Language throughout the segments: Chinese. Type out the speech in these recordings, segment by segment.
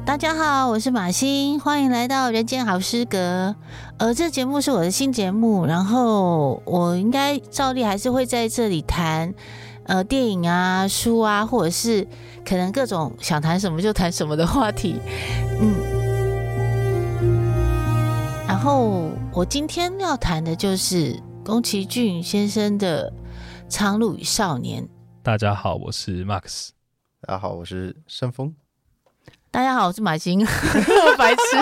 大家好，我是马欣，欢迎来到人间好诗阁。这节目是我的新节目，然后我应该照例还是会在这里谈电影啊、书啊，或者是可能各种想谈什么就谈什么的话题。然后我今天要谈的就是宫崎骏先生的《苍鹭与少年》。 大家好，我是 Max。 大家好，我是申峰。 大家好，我是马欣。我白痴。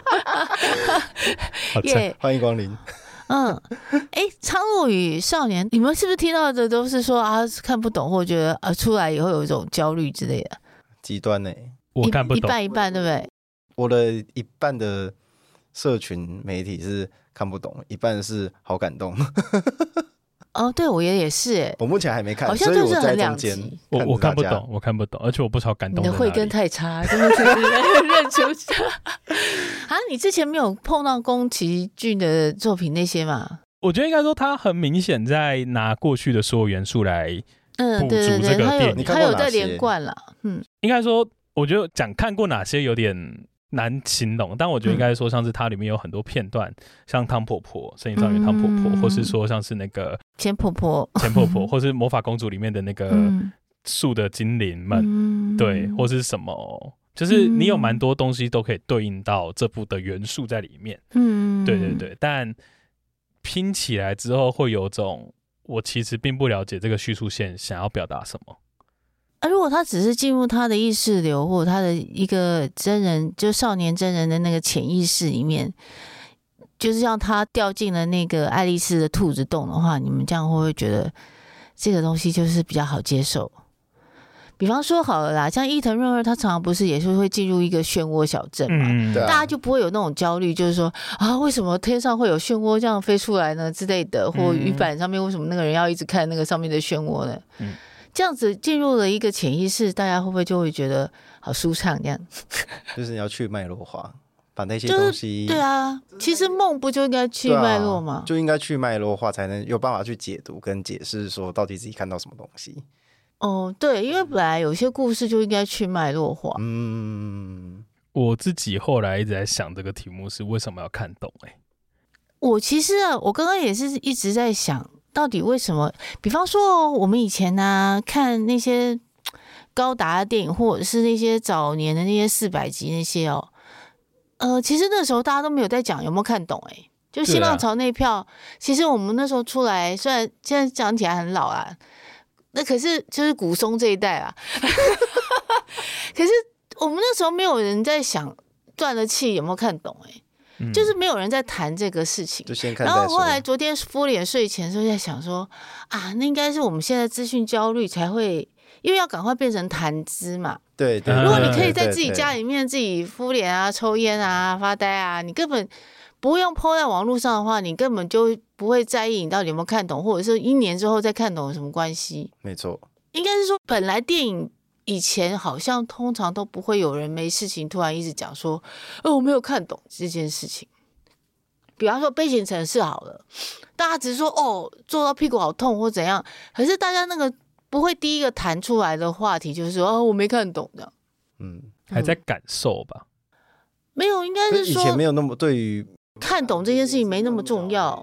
耶，欢迎光临。 苍鹭与少年，你们是不是听到的都是说啊看不懂，或觉得出来以后有一种焦虑之类的？ 极端呢？ 我看不懂， 一半一半，对不对？ 我的一半的社群媒体是看不懂，一半是好感动。 对，我也是我目前还没看， 好像就是很两极。 我看不懂，我看不懂，而且我不知道感动。 你的慧根太差，真的是认出啊！你之前没有碰到宫崎骏的作品那些吗？ 我觉得应该说他很明显在拿过去的所有元素来补足这个电影， 他有在连贯了。 应该说，我觉得讲看过哪些有点难形容，但我觉得应该说像是它里面有很多片段，像汤婆婆、神隐少女汤婆婆，或是说像是那个钱婆婆，或是魔法公主里面的那个树的精灵们，对，或是什么，就是你有蛮多东西都可以对应到这部的元素在里面。对对对，但拼起来之后会有种我其实并不了解这个叙述线想要表达什么。 如果他只是进入他的意识流，或者他的一个真人，就少年真人的那个潜意识里面，就是让他掉进了那个爱丽丝的兔子洞的话，你们这样会不会觉得这个东西就是比较好接受？比方说好了啦，像伊藤润二，他常常不是也是会进入一个漩涡小镇嘛，大家就不会有那种焦虑，就是说啊，为什么天上会有漩涡这样飞出来呢之类的，或雨板上面为什么那个人要一直看那个上面的漩涡呢？这样子进入了一个潜意识，大家会不会就会觉得好舒畅？这样就是你要去脉络化，把那些东西， 对啊，其实梦不就应该去脉络吗？ 就应该去脉络化，才能有办法去解读跟解释，说到底自己看到什么东西。 对，因为本来有些故事就应该去脉络化。 我自己后来一直在想这个题目是为什么要看懂？ 我其实我刚刚也是一直在想。到底为什么？比方说，我们以前看那些高达的电影，或者是那些早年的那些400集那些其实那时候大家都没有在讲有没有看懂就新浪潮那票，其实我们那时候出来，虽然现在讲起来很老啦，那可是就是古松这一代啦。可是我们那时候没有人在想断了气有没有看懂就是没有人在谈这个事情， 就先看再说。 然后后来昨天敷脸睡前的时候在想说那应该是我们现在资讯焦虑才会，因为要赶快变成谈资嘛。 对， 如果你可以在自己家里面自己敷脸啊、抽烟啊、发呆啊，你根本不用 po 在网络上的话，你根本就不会在意你到底有没有看懂，或者是1年之后再看懂有什么关系？ 没错， 应该是说本来电影。以前好像通常都不会有人没事情突然一直讲说我没有看懂这件事情。比方说悲情城市好了，大家只是说做到屁股好痛或怎样，可是大家那个不会第一个谈出来的话题就是说我没看懂的。 还在感受吧？ 没有，应该是说以前没有那么对于看懂这件事情没那么重要。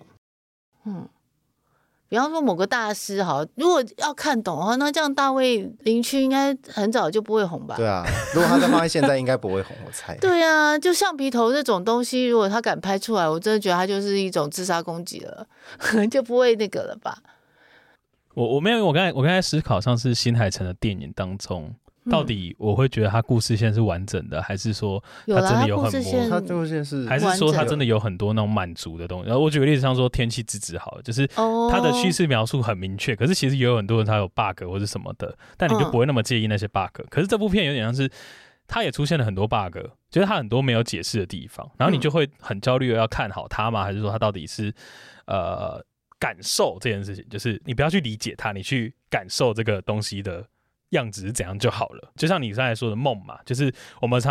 比方说某个大师好，如果要看懂的话，那这样大卫林区应该很早就不会红吧？ 对啊，如果他再放在现在，应该不会红，我猜。 对啊，就橡皮头这种东西，如果他敢拍出来，我真的觉得他就是一种自杀攻击了，就不会那个了吧？ 我没有，我刚才思考上是新海诚的电影当中。到底我会觉得他故事线是完整的，还是说他真的有很多？ 他故事线是， 还是说他真的有很多那种满足的东西？然后我举个例子，像说《天气之子》好了，就是他的叙事描述很明确，可是其实也有很多人他有 bug 或是什么的，但你就不会那么介意那些 bug。可是这部片有点像是他也出现了很多 bug， 就是他很多没有解释的地方，然后你就会很焦虑的要看好他吗？还是说他到底是感受这件事情？就是你不要去理解它，你去感受这个东西的样子是怎样就好了。就像你刚才说的梦嘛，就是我们常常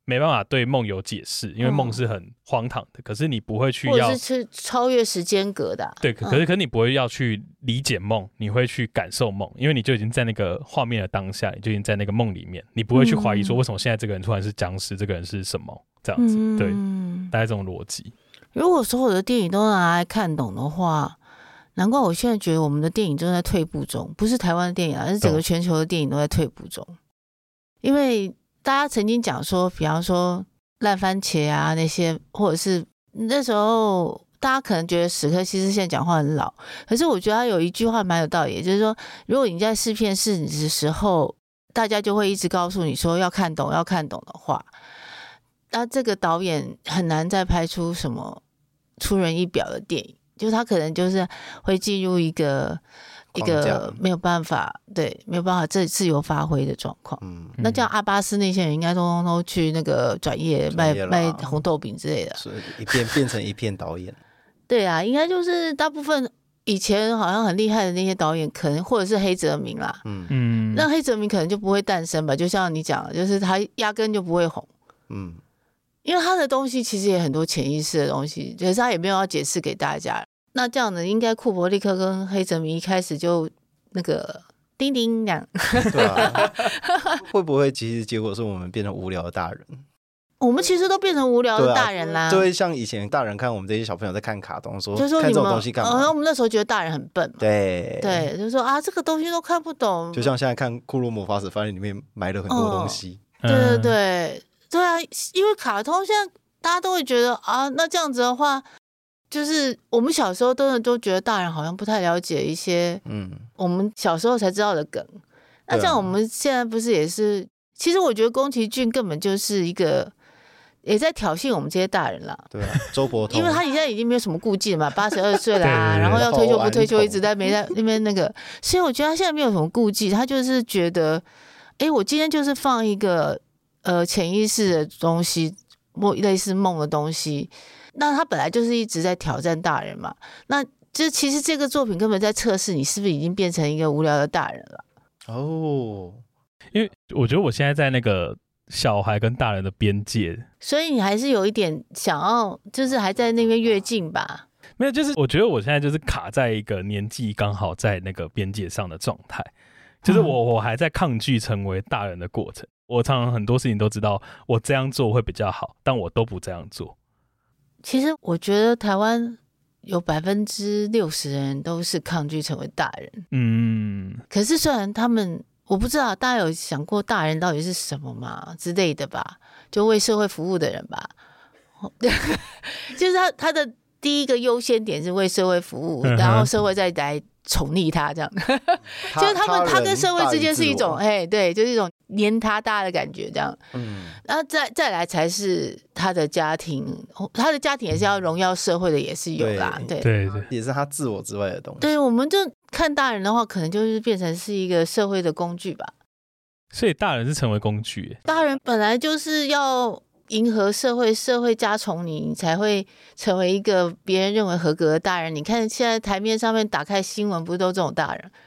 没办法对梦有解释，因为梦是很荒唐的，可是你不会去或者是超越时间隔的对，可是你不会要去理解梦，你会去感受梦，因为你就已经在那个画面的当下，你就已经在那个梦里面，你不会去怀疑说为什么现在这个人突然是僵尸，这个人是什么这样子，对，大概这种逻辑。如果所有的电影都拿来看懂的话，难怪我现在觉得我们的电影正在退步中，不是台湾的电影而是整个全球的电影都在退步中。因为大家曾经讲说，比方说烂番茄啊那些，或者是那时候大家可能觉得史克西斯现在讲话很老，可是我觉得他有一句话蛮有道理，就是说如果你在试片试你的时候，大家就会一直告诉你说要看懂要看懂的话，那这个导演很难再拍出什么出人意表的电影，就是他可能就是会进入一个没有办法自由发挥的状况。那叫阿巴斯那些人应该都去那个转业卖红豆饼之类的， 所以变成一片导演。 对啊，应该就是大部分以前好像很厉害的那些导演，可能或者是黑泽明啦，那黑泽明可能就不会诞生吧，就像你讲的，就是他压根就不会红。因为他的东西其实也很多潜意识的东西，可是他也没有要解释给大家。那这样的应该库伯利克跟黑泽明一开始就那个叮叮两， 对啊，会不会其实结果是我们变成无聊的大人？ 我们其实都变成无聊的大人啦， 就会像以前大人看我们这些小朋友在看卡通，说就说看这种东西干嘛？ 我们那时候觉得大人很笨嘛， 对， 就说啊这个东西都看不懂， 就像现在看《库洛魔法使》，发现里面埋了很多东西。 对啊，因为卡通现在大家都会觉得啊，那这样子的话，就是我们小时候都觉得大人好像不太了解一些，我们小时候才知道的梗。那像我们现在不是也是？其实我觉得宫崎骏根本就是一个也在挑衅我们这些大人啦。 对啊，周伯通， 因为他现在已经没有什么顾忌了嘛，82岁啦，然后要退休不退休，一直在没在那边那个，所以我觉得他现在没有什么顾忌，他就是觉得，我今天就是放一个。潜意识的东西，类似梦的东西，那他本来就是一直在挑战大人嘛。那这其实这个作品根本在测试你是不是已经变成一个无聊的大人了。 因为我觉得我现在在那个小孩跟大人的边界， 所以你还是有一点想要，就是还在那边越境吧。 没有，就是我觉得我现在就是卡在一个年纪刚好在那个边界上的状态，就是我还在抗拒成为大人的过程。我常常很多事情都知道我这样做会比较好，但我都不这样做。 其实我觉得台湾有60%的人都是抗拒成为大人。可是虽然他们，我不知道大家有想过大人到底是什么吗之类的吧，就为社会服务的人吧。就是他的第一个优先点是为社会服务，然后社会再来宠溺他这样。就是他跟社会之间是一种对，就是一种黏他大的感觉这样。然后再来才是他的家庭，他的家庭也是要荣耀社会的，也是有啦。对， 也是他自我之外的东西。 对，我们就看大人的话，可能就是变成是一个社会的工具吧。 所以大人是成为工具。 大人本来就是要迎合社会，社会加宠你，你才会成为一个别人认为合格的大人。你看现在台面上面打开新闻，不是都这种大人？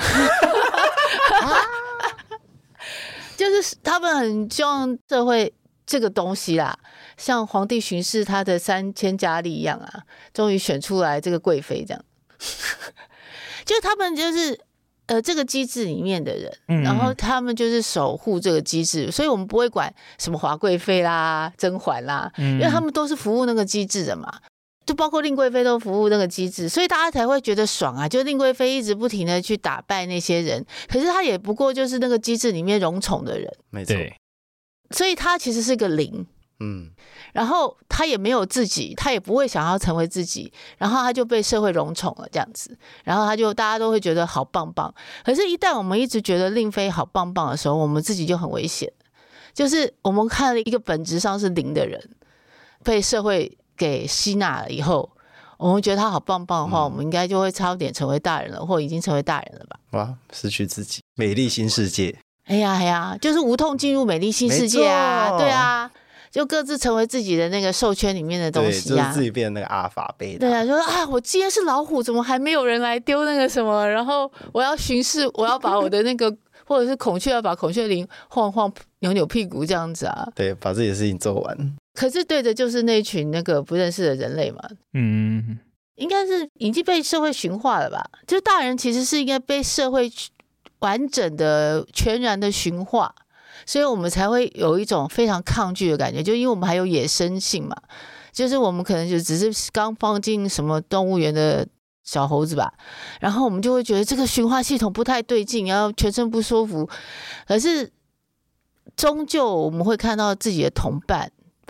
就是他们很希望社会这个东西啦，像皇帝巡视他的3000佳丽一样啊，终于选出来这个贵妃这样。就他们就是这个机制里面的人，然后他们就是守护这个机制，所以我们不会管什么华贵妃啦、甄嬛啦，因为他们都是服务那个机制的嘛。就包括令贵妃都服务那个机制，所以大家才会觉得爽啊！就令贵妃一直不停的去打败那些人，可是他也不过就是那个机制里面荣宠的人， 没错。 所以他其实是个零，然后他也没有自己，他也不会想要成为自己，然后他就被社会荣宠了这样子，然后大家都会觉得好棒棒。可是，一旦我们一直觉得令妃好棒棒的时候，我们自己就很危险，就是我们看了一个本质上是零的人，被社会给吸纳了以后，我们觉得他好棒棒的话，我们应该就会差点成为大人了，或已经成为大人了吧？ 哇，失去自己，美丽新世界。 哎呀，就是无痛进入美丽新世界啊！对啊，就各自成为自己的那个兽圈里面的东西啊， 就是自己变成那个阿法贝塔。 对啊，就说啊，我今天是老虎，怎么还没有人来丢那个什么？然后我要巡视，我要把我的那个或者是孔雀要把孔雀翎晃晃扭扭屁股这样子啊。 对，把自己的事情做完。 可是对的就是那群那个不认识的人类嘛。应该是已经被社会驯化了吧？就大人其实是应该被社会完整的、全然的驯化，所以我们才会有一种非常抗拒的感觉，就因为我们还有野生性嘛，就是我们可能就只是刚放进什么动物园的小猴子吧，然后我们就会觉得这个驯化系统不太对劲，然后全身不舒服。可是终究我们会看到自己的同伴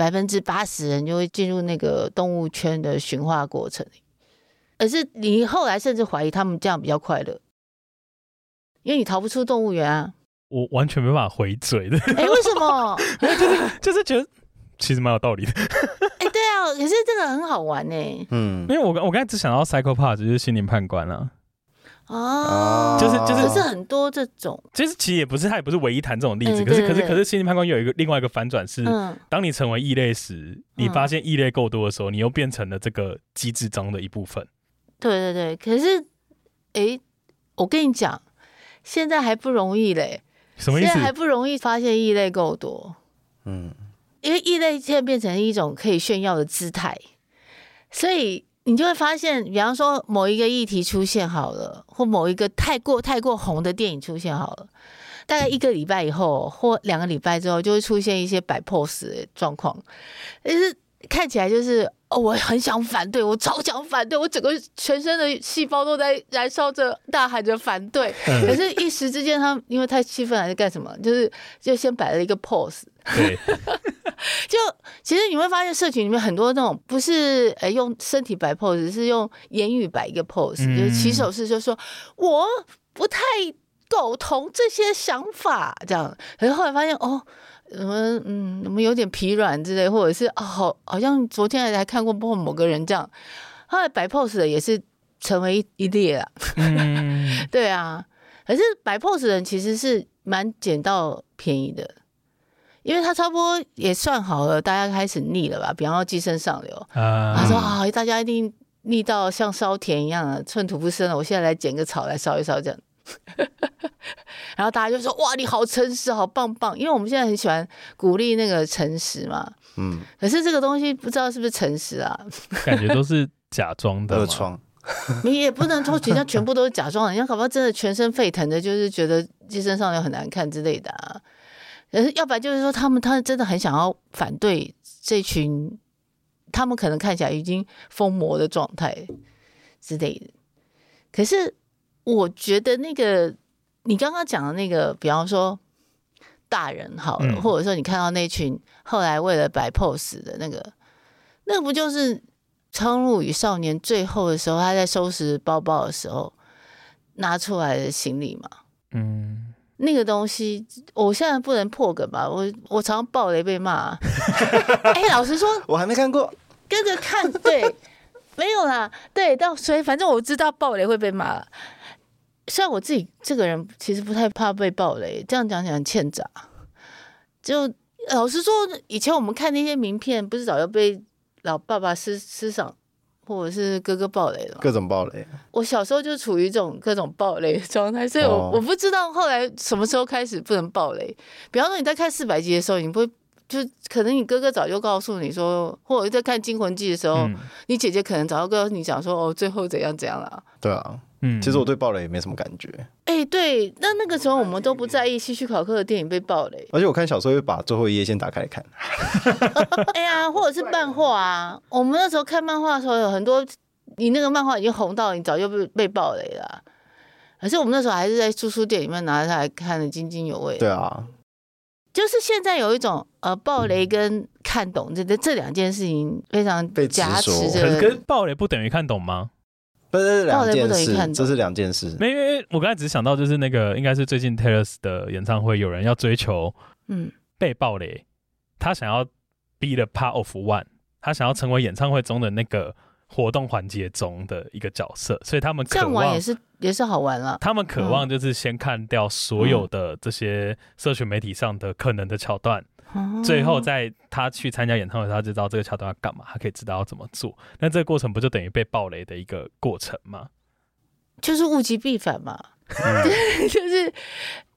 ，80%人就会进入那个动物圈的驯化过程里。可是你后来甚至怀疑他们这样比较快乐，因为你逃不出动物园啊。 我完全没办法回嘴的。 为什么？ 就是觉得其实蛮有道理的。 对啊，可是这个很好玩呢。 因为我刚才只想到 psychopath 就是心灵判官啊。就是可是很多这种， 其实也不是，他也不是唯一谈这种例子。可是心灵判官有另外一个反转是，当你成为异类时，你发现异类够多的时候，你又变成了这个机制中的一部分。对对对，可是我跟你讲，现在还不容易嘞。 什么意思？ 现在还不容易发现异类够多。因为异类现在变成一种可以炫耀的姿态，所以你就会发现，比方说某一个议题出现好了，或某一个太过红的电影出现好了，大概1个礼拜以后或2个礼拜之后，就会出现一些摆 pose 的状况，就是看起来就是我很想反对，我超想反对，我整个全身的细胞都在燃烧着，大喊着反对。可是一时之间，他因为太气愤还是干什么，就先摆了一个 pose。 对， 就其实你会发现，社群里面很多那种不是用身体摆 pose， 是用言语摆一个 pose，就是起手式，就说我不太苟同这些想法，这样。可是后来发现我们有点疲软之类，或者是好像昨天还看过某个人这样，后来摆 pose 的也是成为一列了。对啊，可是摆 pose 的人其实是蛮捡到便宜的。因为他差不多也算好了，大家开始腻了吧？比方说寄生上流，他说大家一定腻到像烧田一样的寸土不生了，我现在来捡个草来烧一烧这样。然后大家就说哇，你好诚实，好棒棒，因为我们现在很喜欢鼓励那个诚实嘛。可是这个东西不知道是不是诚实啊？ 感觉都是假装的。 你也不能说人家全部都是假装的，人家搞不好真的全身沸腾的，就是觉得寄生上流很难看之类的啊。可是要不然就是说他们真的很想要反对这群他们可能看起来已经疯魔的状态之类的。可是我觉得那个你刚刚讲的那个，比方说大人好了，或者说你看到那群后来为了摆 pose 的那个不就是《苍鹭与少年》最后的时候他在收拾包包的时候拿出来的行李嘛？那个东西，我现在不能破梗吧？我常常爆雷被骂。老实说， 我还没看过， 跟着看，对，没有啦，对，所以反正我知道爆雷会被骂。虽然我自己这个人其实不太怕被爆雷，这样讲起来很欠炸。就老实说，以前我们看那些名片，不是早就被老爸爸师长或者是哥哥爆雷了， 各种爆雷。 我小时候就处于这种各种爆雷的状态，所以我不知道后来什么时候开始不能爆雷。比方说你在看400集的时候，你不会就可能你哥哥早就告诉你说，或者在看《惊魂记》的时候，你姐姐可能早就跟你讲说最后怎样怎样了。 对啊，其实我对爆雷也没什么感觉。 对，那个时候我们都不在意希区考克的电影被爆雷， 而且我看小说会把最后一页先打开来看。 或者是漫画啊，我们那时候看漫画的时候，有很多你那个漫画已经红到你早就被爆雷了，可是我们那时候还是在书店里面拿下来看得津津有味。 对啊， 就是现在有一种爆雷跟看懂这两件事情非常夹持着。 可是爆雷不等于看懂吗？ 这是两件事，这是两件事。 没，因为我刚才只是想到，就是那个应该是最近 Taylor 的演唱会，有人要追求被爆雷，他想要 be the part of one， 他想要成为演唱会中的那个活动环节中的一个角色，所以他们渴望这样玩也是好玩了。 他们渴望就是先看掉所有的这些社群媒体上的可能的桥段。最后在他去参加演唱会，他就知道这个桥段要干嘛，他可以知道要怎么做。那这个过程不就等于被爆雷的一个过程吗？ 就是物极必反嘛。就是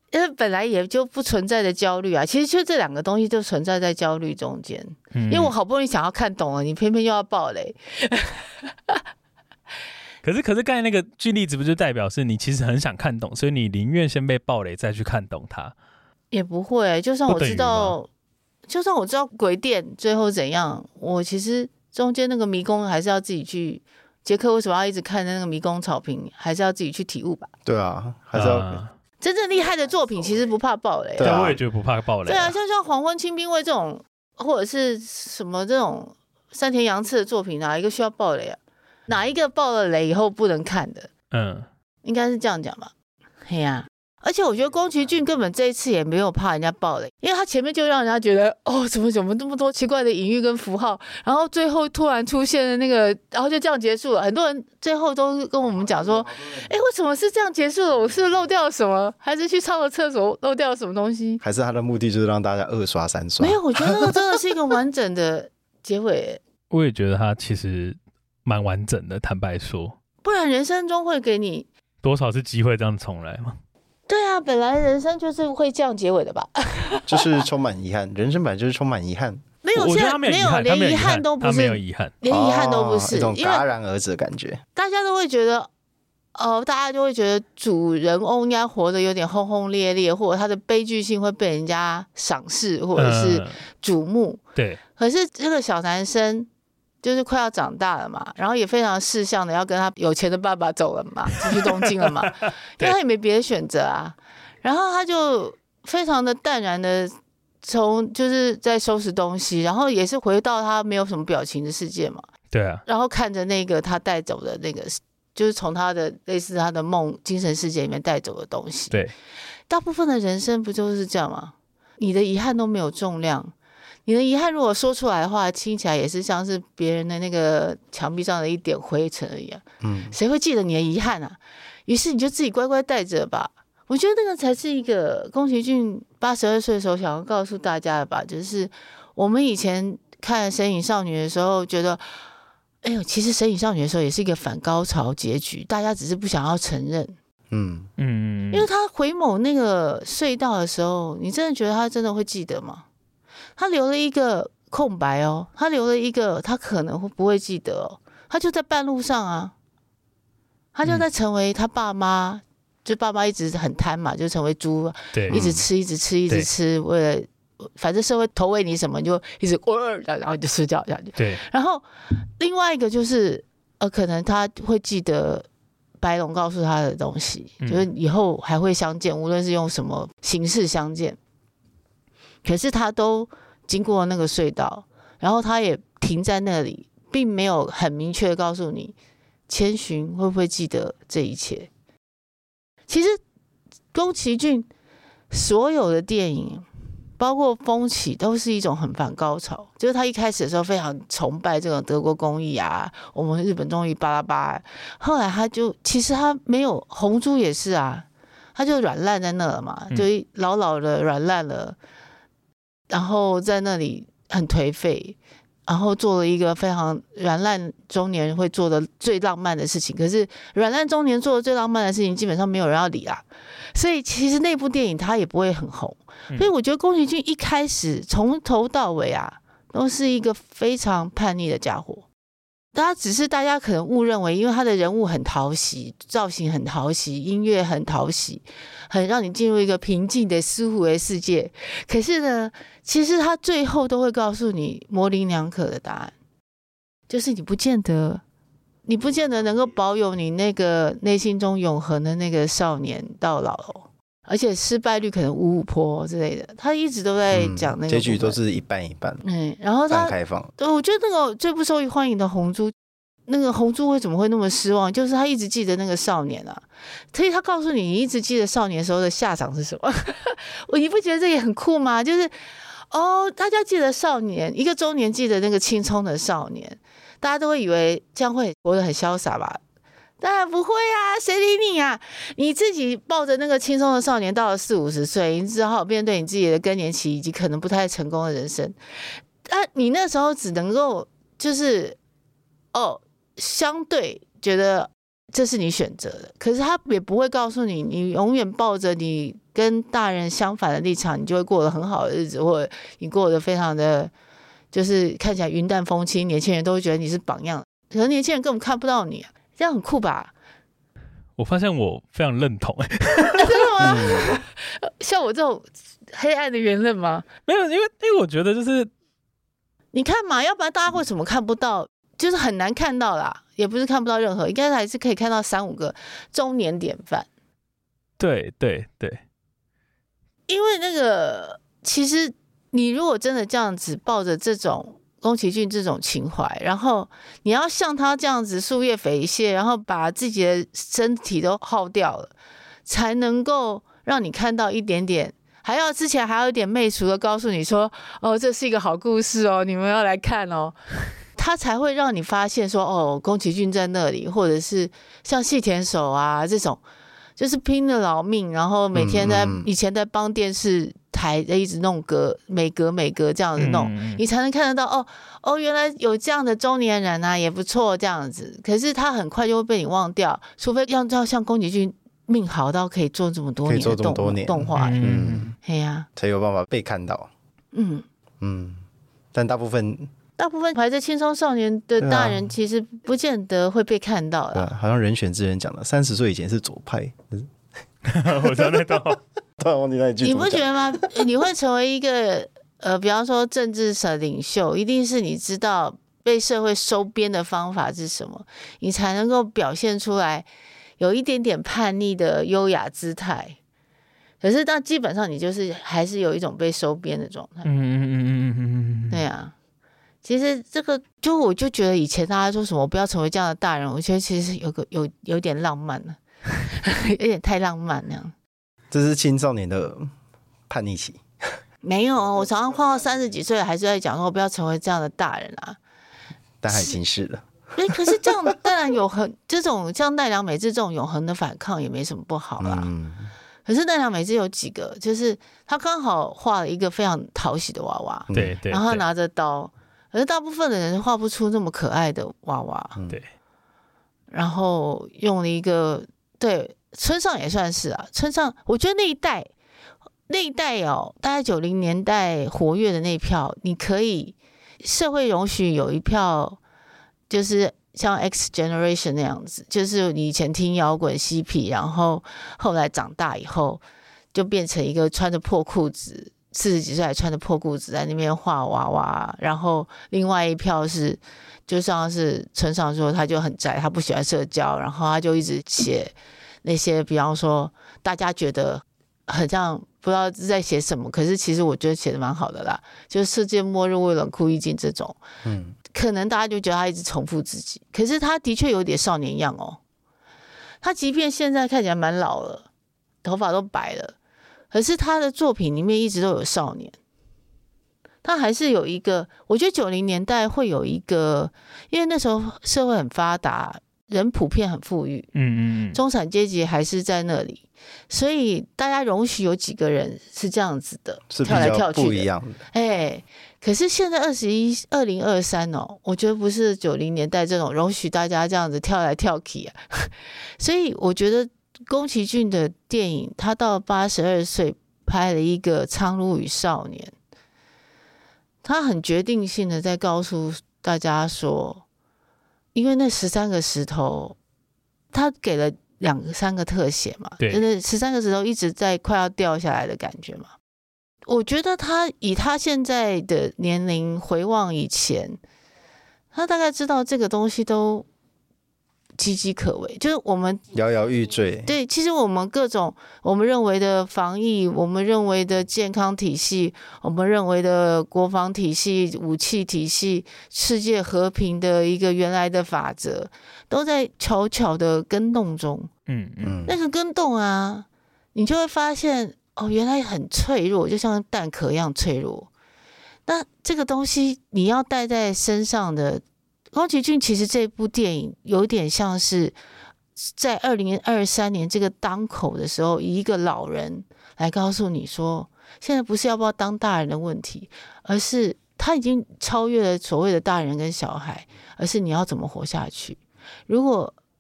因为本来也就不存在的焦虑啊，其实就这两个东西就存在在焦虑中间。因为我好不容易想要看懂了，你偏偏又要爆雷。 可是刚才那个举例子不就代表是你其实很想看懂，所以你宁愿先被爆雷再去看懂它？ 也不会，就算我知道鬼店最后怎样，我其实中间那个迷宫还是要自己去。杰克为什么要一直看那个迷宫草坪？还是要自己去体悟吧。 对啊，还是要。 真正厉害的作品其实不怕爆雷。 对啊，我也觉得不怕爆雷。 对啊，像黄昏清兵卫这种，或者是什么这种山田洋次的作品，哪一个需要爆雷啊？哪一个爆了雷以后不能看的？应该是这样讲吧。嘿呀。而且我觉得宫崎骏根本这一次也没有怕人家爆雷，因为他前面就让人家觉得怎么那么多奇怪的隐喻跟符号，然后最后突然出现了那个，然后就这样结束了。很多人最后都跟我们讲说，为什么是这样结束了？我是漏掉了什么？还是去上了厕所漏掉了什么东西？ 还是他的目的就是让大家2刷3刷？ 没有，我觉得那个真的是一个完整的结尾。 我也觉得他其实蛮完整的，坦白说， 不然人生中会给你多少次机会这样重来吗？ 对啊，本来人生就是会这样结尾的吧？ 就是充满遗憾，人生本来就是充满遗憾。 没有，现在没有，连遗憾都不是， 他没有遗憾， 连遗憾都不是， 一种戛然而止的感觉。 大家都会觉得，大家就会觉得主人翁应该活得有点轰轰烈烈，或者他的悲剧性会被人家赏识或者是瞩目。 对。 可是这个小男生就是快要长大了嘛，然后也非常识相的要跟他有钱的爸爸走了嘛，去东京了嘛，因为他也没别的选择啊。然后他就非常的淡然的就是在收拾东西，然后也是回到他没有什么表情的世界嘛。 对啊。 然后看着那个他带走的那个，就是从他的类似他的精神世界里面带走的东西。 对。 大部分的人生不就是这样吗？你的遗憾都没有重量。你的遗憾如果说出来的话，听起来也是像是别人的那个墙壁上的一点灰尘而已啊。谁会记得你的遗憾啊？于是你就自己乖乖带着吧。我觉得那个才是一个宫崎骏82岁的时候想要告诉大家的吧，就是我们以前看《神隐少女》的时候，觉得，其实《神隐少女》的时候也是一个反高潮结局，大家只是不想要承认。因为他回眸那个隧道的时候，你真的觉得他真的会记得吗？他留了一个空白哦，他留了一个他可能会不会记得哦，他就在半路上啊，他就在成为他爸妈，就爸妈一直很贪嘛，就成为猪， 对， 一直吃，为了反正社会投喂你什么，你就一直然后就吃掉下去。 对， 然后另外一个就是可能他会记得白龙告诉他的东西，就是以后还会相见，无论是用什么形式相见。可是他都经过那个隧道，然后他也停在那里，并没有很明确的告诉你千寻会不会记得这一切。其实宫崎骏所有的电影包括风起都是一种很反高潮，就是他一开始的时候非常崇拜这种德国工艺啊，我们日本工艺巴拉巴，后来他就其实他没有，红猪也是啊，他就软烂在那了嘛，就老老的软烂了，然后在那里很颓废，然后做了一个非常软烂中年会做的最浪漫的事情，可是软烂中年做的最浪漫的事情基本上没有人要理啦，所以其实那部电影它也不会很红。所以我觉得宫崎骏一开始从头到尾啊都是一个非常叛逆的家伙，只是大家可能误认为因为他的人物很讨喜，造型很讨喜，音乐很讨喜，很让你进入一个平静的舒服的世界，可是呢其实他最后都会告诉你模棱两可的答案，就是你不见得能够保有你那个内心中永恒的那个少年到老，而且失败率可能5%之类的，他一直都在讲那个结局都是一半一半， 然后他半开放。 我觉得那个最不受欢迎的红猪，那个红猪为什么会那么失望？就是他一直记得那个少年啊，所以他告诉你，你一直记得少年时候的下场是什么？你不觉得这也很酷吗？就是大家记得少年，一个中年记得那个青葱的少年，大家都会以为这样会活得很潇洒吧？当然不会啊，谁理你啊？你自己抱着那个轻松的少年，到了40-50岁，你只好面对你自己的更年期以及可能不太成功的人生。你那时候只能够就是相对觉得这是你选择的，可是他也不会告诉你，你永远抱着你跟大人相反的立场，你就会过得很好的日子，或者你过得非常的就是看起来云淡风轻，年轻人都会觉得你是榜样，可是年轻人根本看不到你，这样很酷吧？ 我发现我非常认同真的吗？像我这种黑暗的言论吗？ 没有，因为我觉得就是你看嘛，要不然大家为什么看不到？就是很难看到啦，也不是看不到任何，应该还是可以看到3-5个中年典范。 对对对， 因为那个其实你如果真的这样子抱着这种宫崎骏这种情怀，然后你要像他这样子树叶肥蟹，然后把自己的身体都耗掉了，才能够让你看到一点点，之前还要一点媚俗的告诉你说，哦，这是一个好故事哦，你们要来看哦。他才会让你发现说，哦，宫崎骏在那里，或者是像细田守啊这种，就是拼了老命，然后每天以前在帮电视台一直弄每格这样子弄，你才能看得到哦，原来有这样的中年人啊，也不错这样子。可是他很快就会被你忘掉，除非要像宫崎骏命好到可以做这么多年的动画，嘿呀， 才有办法被看到。但大部分还在青葱少年的大人，其实不见得会被看到的。 好像人选之人讲的，30岁以前是左派。 我知道那套， 突然忘记那一句。 你不觉得吗？你会成为一个比方说政治的领袖，一定是你知道被社会收编的方法是什么，你才能够表现出来有一点点叛逆的优雅姿态。可是但基本上你就是还是有一种被收编的状态。对啊。其实这个我就觉得以前大家说什么不要成为这样的大人，我觉得其实有点浪漫了，有点太浪漫那样。 这是青少年的叛逆期。 没有，我常常碰到30几岁还是在讲说不要成为这样的大人啊。 但他已经是了。 可是这样当然这种像奈良美智这种永恒的反抗也没什么不好啦。可是奈良美智有几个，就是他刚好画了一个非常讨喜的娃娃， 对， 然后他拿着刀。可是大部分的人画不出那么可爱的娃娃， 对。 然后用了一个，对，村上也算是啊。村上，我觉得那一代哦，大概90年代活跃的那一票，你可以社会容许有一票，就是像 X Generation 那样子，就是你以前听摇滚嬉皮，然后后来长大以后就变成一个穿着破裤子。40几岁还穿着破裤子在那边画娃娃，然后另外一票是，就像是村上说，他就很宅，他不喜欢社交，然后他就一直写那些，比方说大家觉得很像不知道在写什么，可是其实我觉得写的蛮好的啦，就是世界末日为冷酷意境这种，可能大家就觉得他一直重复自己，可是他的确有点少年样哦，他即便现在看起来蛮老了，头发都白了。可是他的作品里面一直都有少年，他还是有一个，我觉得90年代会有一个，因为那时候社会很发达，人普遍很富裕，中产阶级还是在那里，所以大家容许有几个人是这样子的， 是跳来跳去的， 不一样的。 可是现在2023哦，我觉得不是90年代这种容许大家这样子跳来跳去啊，所以我觉得。宫崎骏的电影，他到82岁拍了一个《苍鹭与少年》，他很决定性的在告诉大家说，因为那13个石头，他给了2-3个特写嘛，真的13个石头一直在快要掉下来的感觉嘛。我觉得他以他现在的年龄回望以前，他大概知道这个东西都。岌岌可危，就是我们摇摇欲坠。 对，其实我们各种我们认为的防疫，我们认为的健康体系，我们认为的国防体系、武器体系、世界和平的一个原来的法则，都在悄悄的更动中。那个更动啊，你就会发现哦，原来很脆弱，就像蛋壳一样脆弱。那这个东西你要带在身上的。宫崎骏其实这部电影有点像是在2023年这个当口的时候，以一个老人来告诉你说，现在不是要不要当大人的问题，而是他已经超越了所谓的大人跟小孩，而是你要怎么活下去。如果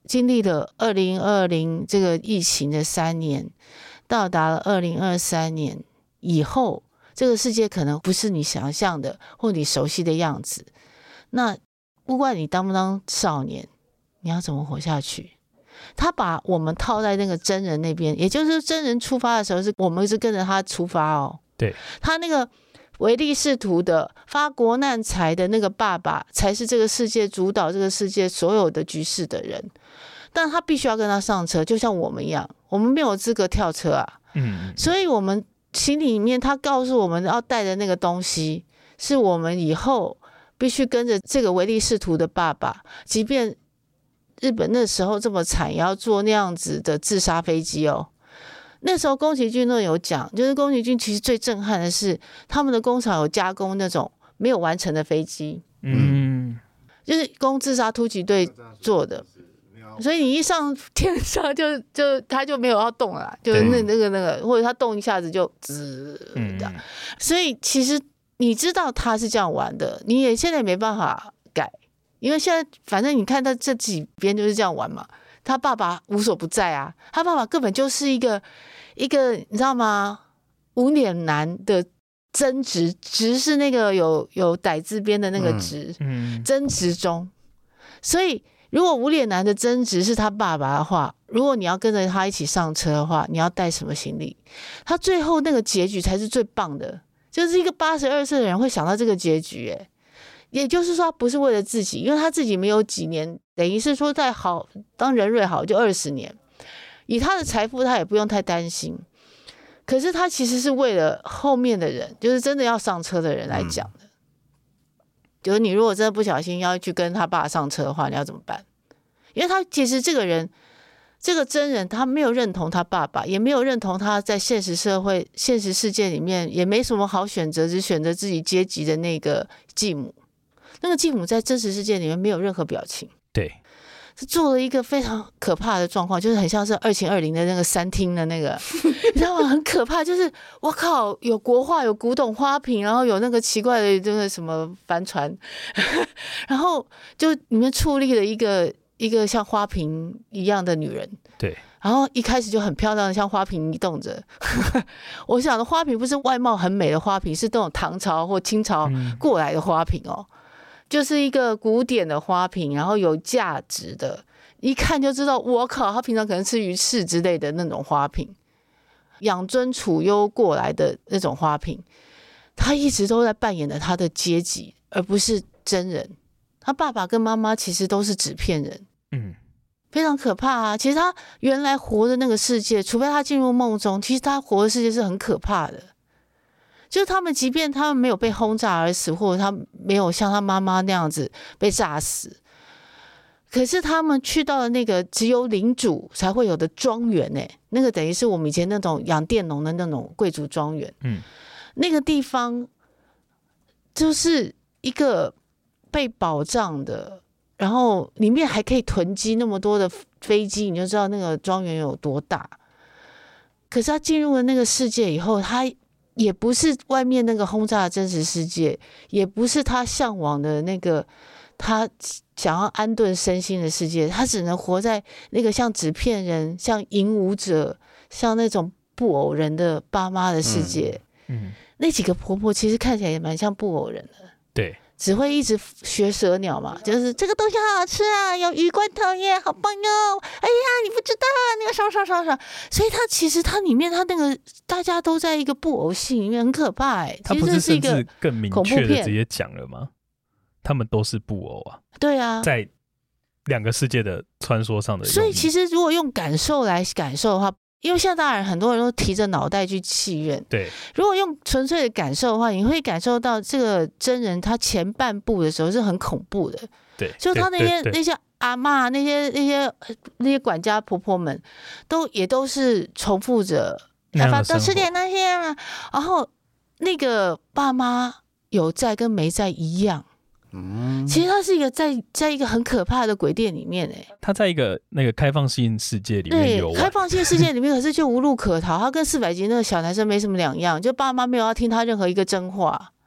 经历了2020这个疫情的3年，到达了2023年以后，这个世界可能不是你想象的或你熟悉的样子。那不管你当不当少年，你要怎么活下去？他把我们套在那个真人那边，也就是真人出发的时候，我们是跟着他出发哦。 对， 他那个唯利是图的发国难财的那个爸爸，才是这个世界主导这个世界所有的局势的人。但他必须要跟他上车，就像我们一样，我们没有资格跳车啊。所以我们心里面他告诉我们要带的那个东西，是我们以后必须跟着这个唯利是图的爸爸，即便日本那时候这么惨，也要做那样子的自杀飞机哦。那时候宫崎骏都有讲，就是宫崎骏其实最震撼的是，他们的工厂有加工那种没有完成的飞机，就是供自杀突击队做的。所以你一上天上就他就没有要动了，就是那个，或者他动一下子就所以其实你知道他是这样玩的，你也现在没办法改，因为现在反正你看他这几边就是这样玩嘛。他爸爸无所不在啊，他爸爸根本就是一个你知道吗？无脸男的增值，值是那个有歹字边的那个值，增值中。所以如果无脸男的增值是他爸爸的话，如果你要跟着他一起上车的话，你要带什么行李？他最后那个结局才是最棒的，就是一个82岁的人会想到这个结局，也就是说他不是为了自己，因为他自己没有几年，等于是说再好当人瑞好就20年，以他的财富他也不用太担心。可是他其实是为了后面的人，就是真的要上车的人来讲的。就是你如果真的不小心要去跟他爸上车的话，你要怎么办？因为他其实这个人，这个真人，他没有认同他爸爸，也没有认同他在现实社会、现实世界里面也没什么好选择，只选择自己阶级的那个继母。那个继母在真实世界里面没有任何表情， 对， 是做了一个非常可怕的状况，就是很像是2020的那个3厅的那个，你知道吗？很可怕，就是我靠，有国画，有古董花瓶，然后有那个奇怪的这个什么帆船，然后就里面矗立了一个像花瓶一样的女人， 对。 然后一开始就很漂亮的像花瓶移动着我想的花瓶不是外貌很美的花瓶，是那种唐朝或清朝过来的花瓶哦，就是一个古典的花瓶，然后有价值的，一看就知道我靠，他平常可能吃鱼翅之类的那种花瓶，养尊处优过来的那种花瓶。他一直都在扮演的他的阶级，而不是真人。他爸爸跟妈妈其实都是纸片人，非常可怕啊！其实他原来活的那个世界，除非他进入梦中，其实他活的世界是很可怕的。就是他们，即便他们没有被轰炸而死，或者他没有像他妈妈那样子被炸死，可是他们去到了那个只有领主才会有的庄园，那个等于是我们以前那种养佃农的那种贵族庄园。那个地方就是一个被保障的。然后里面还可以囤积那么多的飞机，你就知道那个庄园有多大。可是他进入了那个世界以后，他也不是外面那个轰炸的真实世界，也不是他向往的那个他想要安顿身心的世界，他只能活在那个像纸片人、像影舞者、像那种布偶人的爸妈的世界。那几个婆婆其实看起来也蛮像布偶人的。 对。 只会一直学蛇鸟嘛，就是这个东西好好吃啊，有鱼罐头耶，好棒哟！哎呀，你不知道啊，那个爽。所以它其实它里面它那个大家都在一个布偶戏里面，很可怕它不是甚至更明确的直接讲了吗？他们都是布偶啊。对啊，在两个世界的穿梭上的。 所以其实如果用感受来感受的话。因为现在当然很多人都提着脑袋去戏院， 对。 如果用纯粹的感受的话，你会感受到这个真人他前半部的时候是很恐怖的， 对。 就他那些阿嬷、那些管家婆婆们，也都是重复着，多吃点那些啊，然后那个爸妈有在跟没在一样。其实他是一个在一个很可怕的鬼店里面， 他在一个那个开放性世界里面游玩， 对，开放性世界里面可是就无路可逃，他跟400集那个小男生没什么两样，就爸妈没有要听他任何一个真话，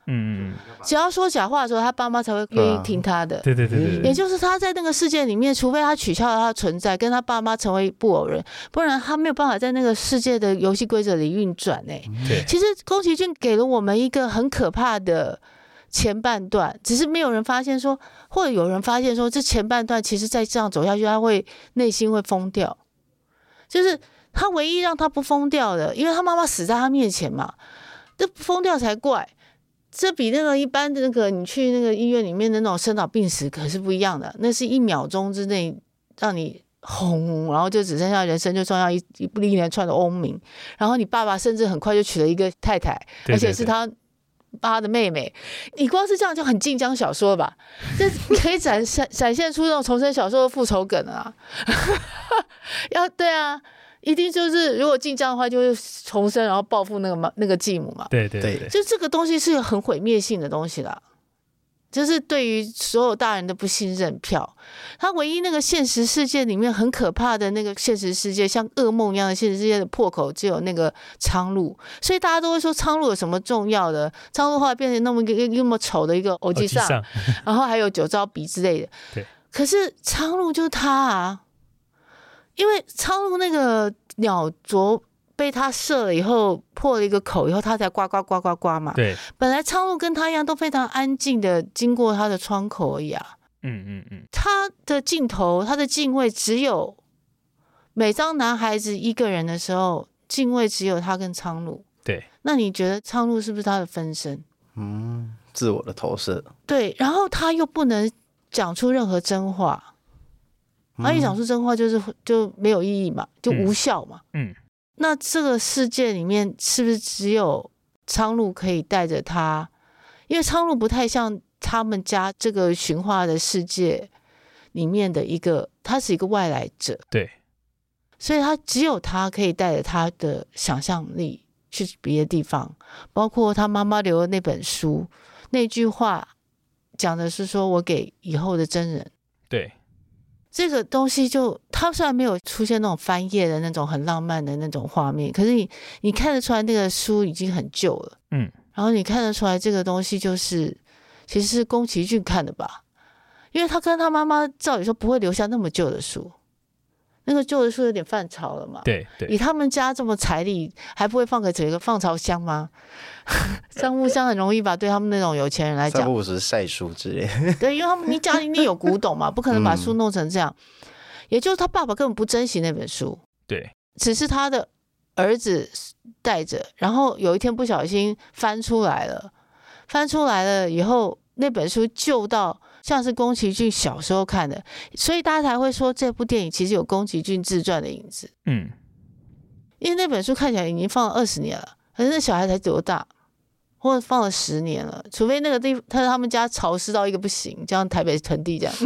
只要说假话的时候，他爸妈才会愿意听他的。 对， 也就是他在那个世界里面，除非他取消了他的存在，跟他爸妈成为布偶人，不然他没有办法在那个世界的游戏规则里运转。其实宫崎骏给了我们一个很可怕的前半段，只是没有人发现说，或者有人发现说，这前半段其实再这样走下去，他会内心会疯掉。就是他唯一让他不疯掉的，因为他妈妈死在他面前嘛，这疯掉才怪。这比那个一般的那个你去那个医院里面的那种生老病死可是不一样的，那是1秒钟之内让你轰，然后就只剩下人生就剩下一连串的嗡鸣，然后你爸爸甚至很快就娶了一个太太，而且是他爸的妹妹。你光是这样就很晋江小说吧，这可以展现出那种重生小说的复仇梗啊。对啊，一定就是如果晋江的话，就是重生然后报复那个继母嘛。 对， 就这个东西是很毁灭性的东西啦，就是对于所有大人的不信任票。他唯一那个现实世界里面很可怕的那个现实世界，像噩梦一样的现实世界的破口，只有那个苍鹭。所以大家都会说苍鹭有什么重要的？苍鹭后来变成那么丑的一个偶吉上，然后还有九朝鼻之类的。 对， 可是苍鹭就是他啊。因为苍鹭那个鸟啄被他射了以后破了一个口以后，他才呱呱呱呱呱嘛。 对， 本来苍鹭跟他一样都非常安静的经过他的窗口而已啊。他的镜头，他的敬畏只有每当男孩子一个人的时候，敬畏只有他跟苍鹭。 对， 那你觉得苍鹭是不是他的分身？ 自我的投射。 对，然后他又不能讲出任何真话。他一讲出真话就没有意义嘛，就无效嘛。那这个世界里面是不是只有苍鹭可以带着他？因为苍鹭不太像他们家这个驯化的世界里面的他是一个外来者。 对， 所以他只有他可以带着他的想象力去别的地方，包括他妈妈留的那本书，那句话讲的是说我给以后的真人。 对。 这个东西它虽然没有出现那种翻页的那种很浪漫的那种画面，可是你看得出来那个书已经很旧了。然后你看得出来这个东西其实是宫崎骏看的吧，因为他跟他妈妈照理说不会留下那么旧的书，那个旧的书有点泛潮了嘛。 对， 以他们家这么财力，还不会放个整个放潮箱吗？樟木箱很容易吧，对他们那种有钱人来讲 ，350晒书之类。 对，因为他们家里面有古董嘛，不可能把书弄成这样。也就是他爸爸根本不珍惜那本书， 对， 只是他的儿子带着，然后有一天不小心翻出来了以后，那本书旧到像是宫崎骏小时候看的，所以大家才会说这部电影其实有宫崎骏自传的影子。因为那本书看起来已经放了20年了，可是那小孩才多大？或者放了10年了，除非那个地他们家潮湿到一个不行，就像台北盆地这样。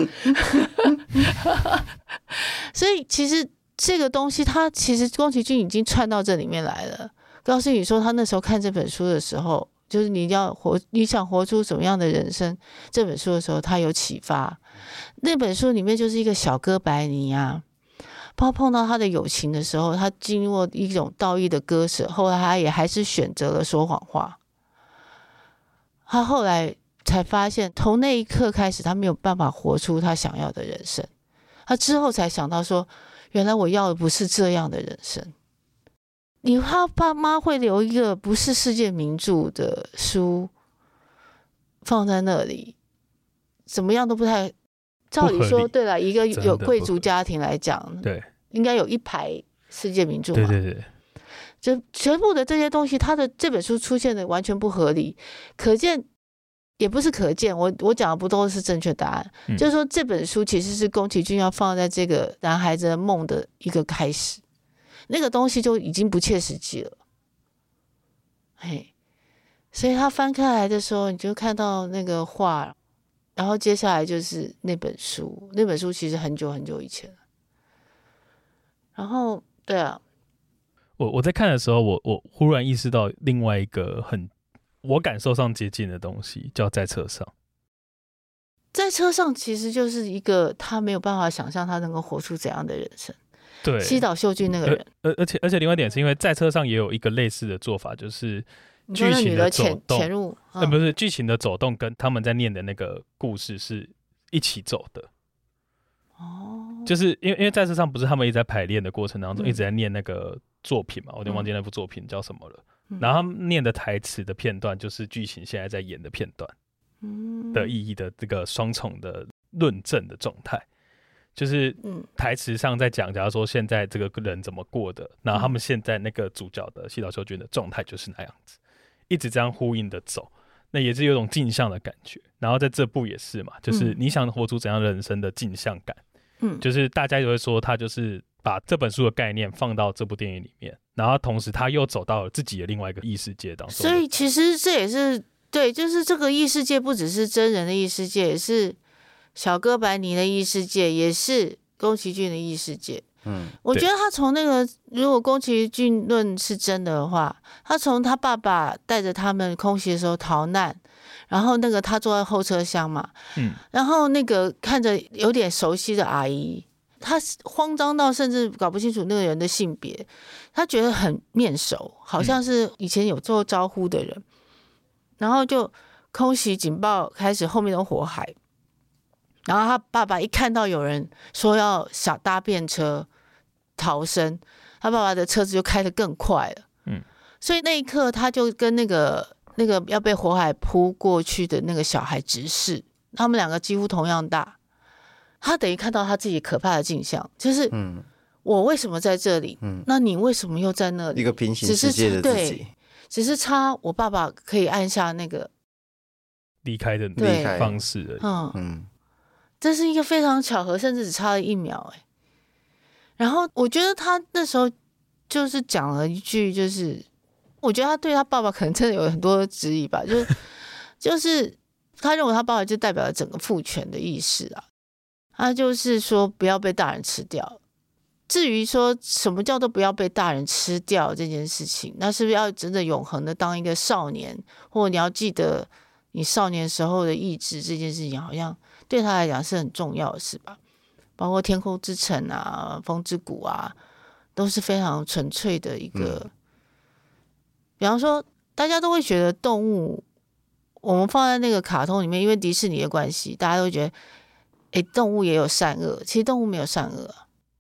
所以其实这个东西，其实宫崎骏已经串到这里面来了。告诉你说，他那时候看这本书的时候，就是你想活出什么样的人生，这本书的时候，他有启发。那本书里面就是一个小哥白尼啊，碰到他的友情的时候，他经过一种道义的割舍，后来他也还是选择了说谎话。他后来才发现，从那一刻开始，他没有办法活出他想要的人生。他之后才想到说，原来我要的不是这样的人生。他爸妈会留一个不是世界名著的书放在那里，怎么样都不太。照理说，对了，一个有贵族家庭来讲， 对， 应该有一排世界名著嘛。 对。 就全部的这些东西，他的这本书出现的完全不合理，可见也不是可见，我讲的不都是正确答案？就是说这本书其实是宫崎骏要放在这个男孩子的梦的一个开始，那个东西就已经不切实际了。所以他翻开来的时候，你就看到那个画，然后接下来就是那本书，那本书其实很久很久以前了。然后，对啊。 我在看的时候，我忽然意识到另外一个我感受上接近的东西，叫在车上。 在车上其实就是一个他没有办法想象他能够活出怎样的人生。 对， 西岛秀俊那个人。 而且另外一点是因为在车上也有一个类似的做法，就是剧情的走动潜入， 不是剧情的走动跟他们在念的那个故事是一起走的。就是因为在这上不是他们一直在排练的过程当中一直在念那个作品嘛，我有点忘记那部作品叫什么了。然后他们念的台词的片段就是剧情现在在演的片段的意义的这个双重的论证的状态。就是台词上在讲，假如说现在这个人怎么过的，然后他们现在那个主角的西岛秀俊的状态就是那样子，一直这样呼应的走，那也是有种镜像的感觉。然后在这部也是嘛，就是你想活出怎样人生的镜像感，就是大家也会说他就是把这本书的概念放到这部电影里面，然后同时他又走到了自己的另外一个异世界当中。 所以其实这也是对，就是这个异世界不只是真人的异世界，也是小哥白尼的异世界，也是宫崎骏的异世界。我觉得他从那个，如果宫崎骏论是真的话，他从他爸爸带着他们空袭的时候逃难，然后那个他坐在后车厢嘛，然后那个看着有点熟悉的阿姨，他慌张到甚至搞不清楚那个人的性别，他觉得很面熟，好像是以前有做招呼的人，然后就空袭警报开始，后面都火海。然后他爸爸一看到有人说要想搭便车逃生，他爸爸的车子就开得更快了。所以那一刻他就跟那个要被火海扑过去的那个小孩直视，他们两个几乎同样大。他等于看到他自己可怕的镜像，就是我为什么在这里？那你为什么又在那里？ 一个平行世界的自己， 只是差我爸爸可以按下那个离开的方式而已。 这是一个非常巧合，甚至只差了1秒。然后我觉得他那时候就是讲了一句，就是我觉得他对他爸爸可能真的有很多质疑吧，就是他认为他爸爸就代表了整个父权的意识啊，他就是说不要被大人吃掉。至于说什么叫做不要被大人吃掉这件事情，那是不是要真的永恒的当一个少年，或你要记得你少年时候的意志，这件事情好像对他来讲是很重要的事吧。包括天空之城啊、风之谷啊，都是非常纯粹的一个。比方说大家都会觉得动物，我们放在那个卡通里面，因为迪士尼的关系，大家都会觉得动物也有善恶，其实动物没有善恶。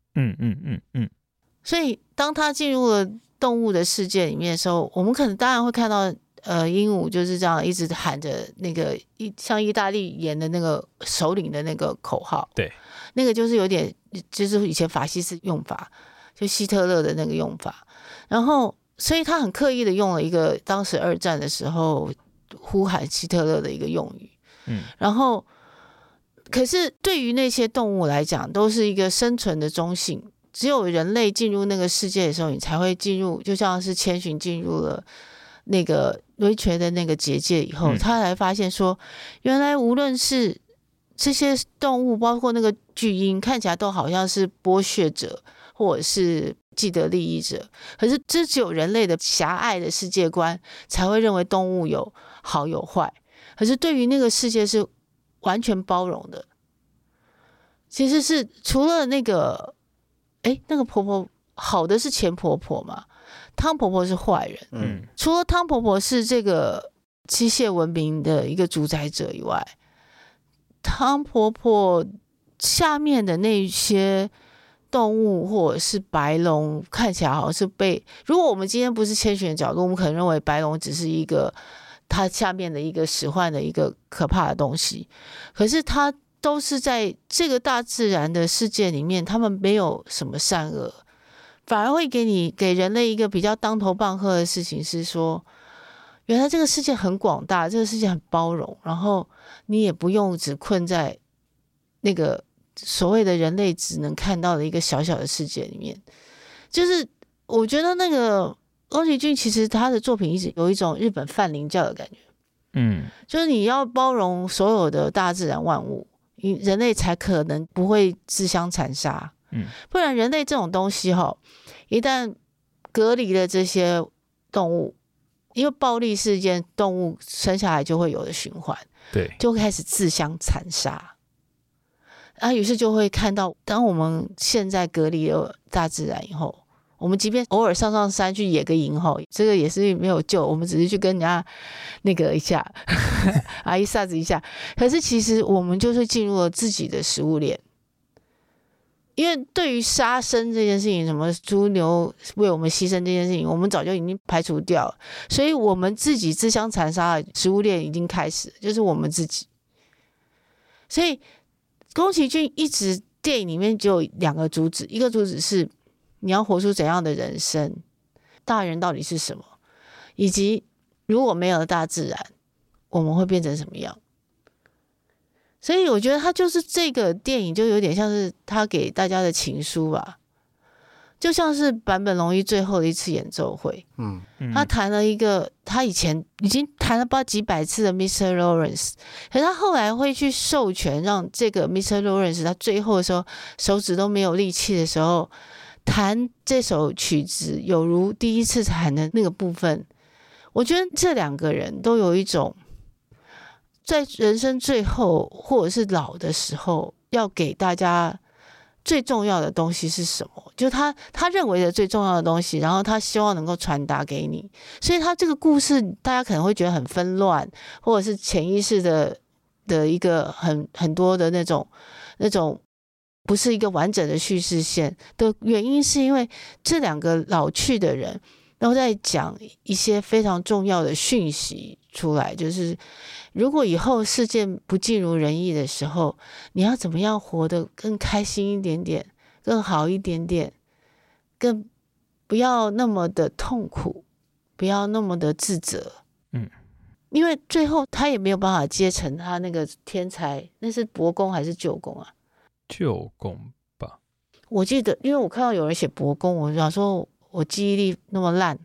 所以当他进入了动物的世界里面的时候，我们可能当然会看到鹦鹉就是这样一直喊着那个像意大利演的那个首领的那个口号， 对， 那个就是有点就是以前法西斯用法，就希特勒的那个用法。然后所以他很刻意的用了一个当时2战的时候呼喊希特勒的一个用语。然后可是对于那些动物来讲都是一个生存的中性，只有人类进入那个世界的时候，你才会进入，就像是千寻进入了那个威权的那个结界以后，他才发现说，原来无论是这些动物，包括那个巨婴，看起来都好像是剥削者或者是既得利益者，可是这只有人类的狭隘的世界观才会认为动物有好有坏，可是对于那个世界是完全包容的。其实是除了那个那个婆婆好的是钱婆婆嘛，汤婆婆是坏人。除了汤婆婆是这个机械文明的一个主宰者以外，汤婆婆下面的那些动物或者是白龙看起来好像是被，如果我们今天不是千寻的角度，我们可能认为白龙只是一个它下面的一个使唤的一个可怕的东西，可是它都是在这个大自然的世界里面，他们没有什么善恶，反而会给人类一个比较当头棒喝的事情是说，原来这个世界很广大，这个世界很包容，然后你也不用只困在那个所谓的人类只能看到的一个小小的世界里面。就是我觉得那个宫崎骏其实他的作品一直有一种日本泛灵教的感觉，就是你要包容所有的大自然万物，人类才可能不会自相残杀。不然人类这种东西一旦隔离了这些动物，因为暴力是一件动物生下来就会有的循环， 对， 就会开始自相残杀。于是就会看到，当我们现在隔离了大自然以后， 我们即便偶尔上山去野个营吼，这个也是没有救，我们只是去跟人家那个一下阿姨撒子一下，可是其实我们就是进入了自己的食物链。因为对于杀生这件事情，什么猪牛为我们牺牲这件事情，我们早就已经排除掉了，所以我们自己自相残杀的食物链已经开始，就是我们自己。所以宫崎骏一直电影里面就有2个主旨，一个主旨是你要活出怎样的人生，大人到底是什么，以及如果没有了大自然，我们会变成什么样。所以我觉得他就是这个电影就有点像是他给大家的情书吧，就像是坂本龙一最后的一次演奏会，他弹了一个他以前已经弹了不知道几百次的 Mr. Lawrence， 可是他后来会去授权让这个 Mr. Lawrence 他最后的时候手指都没有力气的时候弹这首曲子，有如第一次弹的那个部分。我觉得这2个人都有一种在人生最后或者是老的时候要给大家最重要的东西是什么，就他认为的最重要的东西，然后他希望能够传达给你。所以他这个故事大家可能会觉得很纷乱，或者是潜意识的一个很多的那种不是一个完整的叙事线的原因，是因为这2个老去的人都在讲一些非常重要的讯息出来，就是如果以后事件不尽如人意的时候，你要怎么样活得更开心一点点，更好一点点，更不要那么的痛苦，不要那么的自责。因为最后他也没有办法接成他那个天才，那是伯公还是舅公啊？ 舅公吧， 我记得，因为我看到有人写伯公，我想说我记忆力那么烂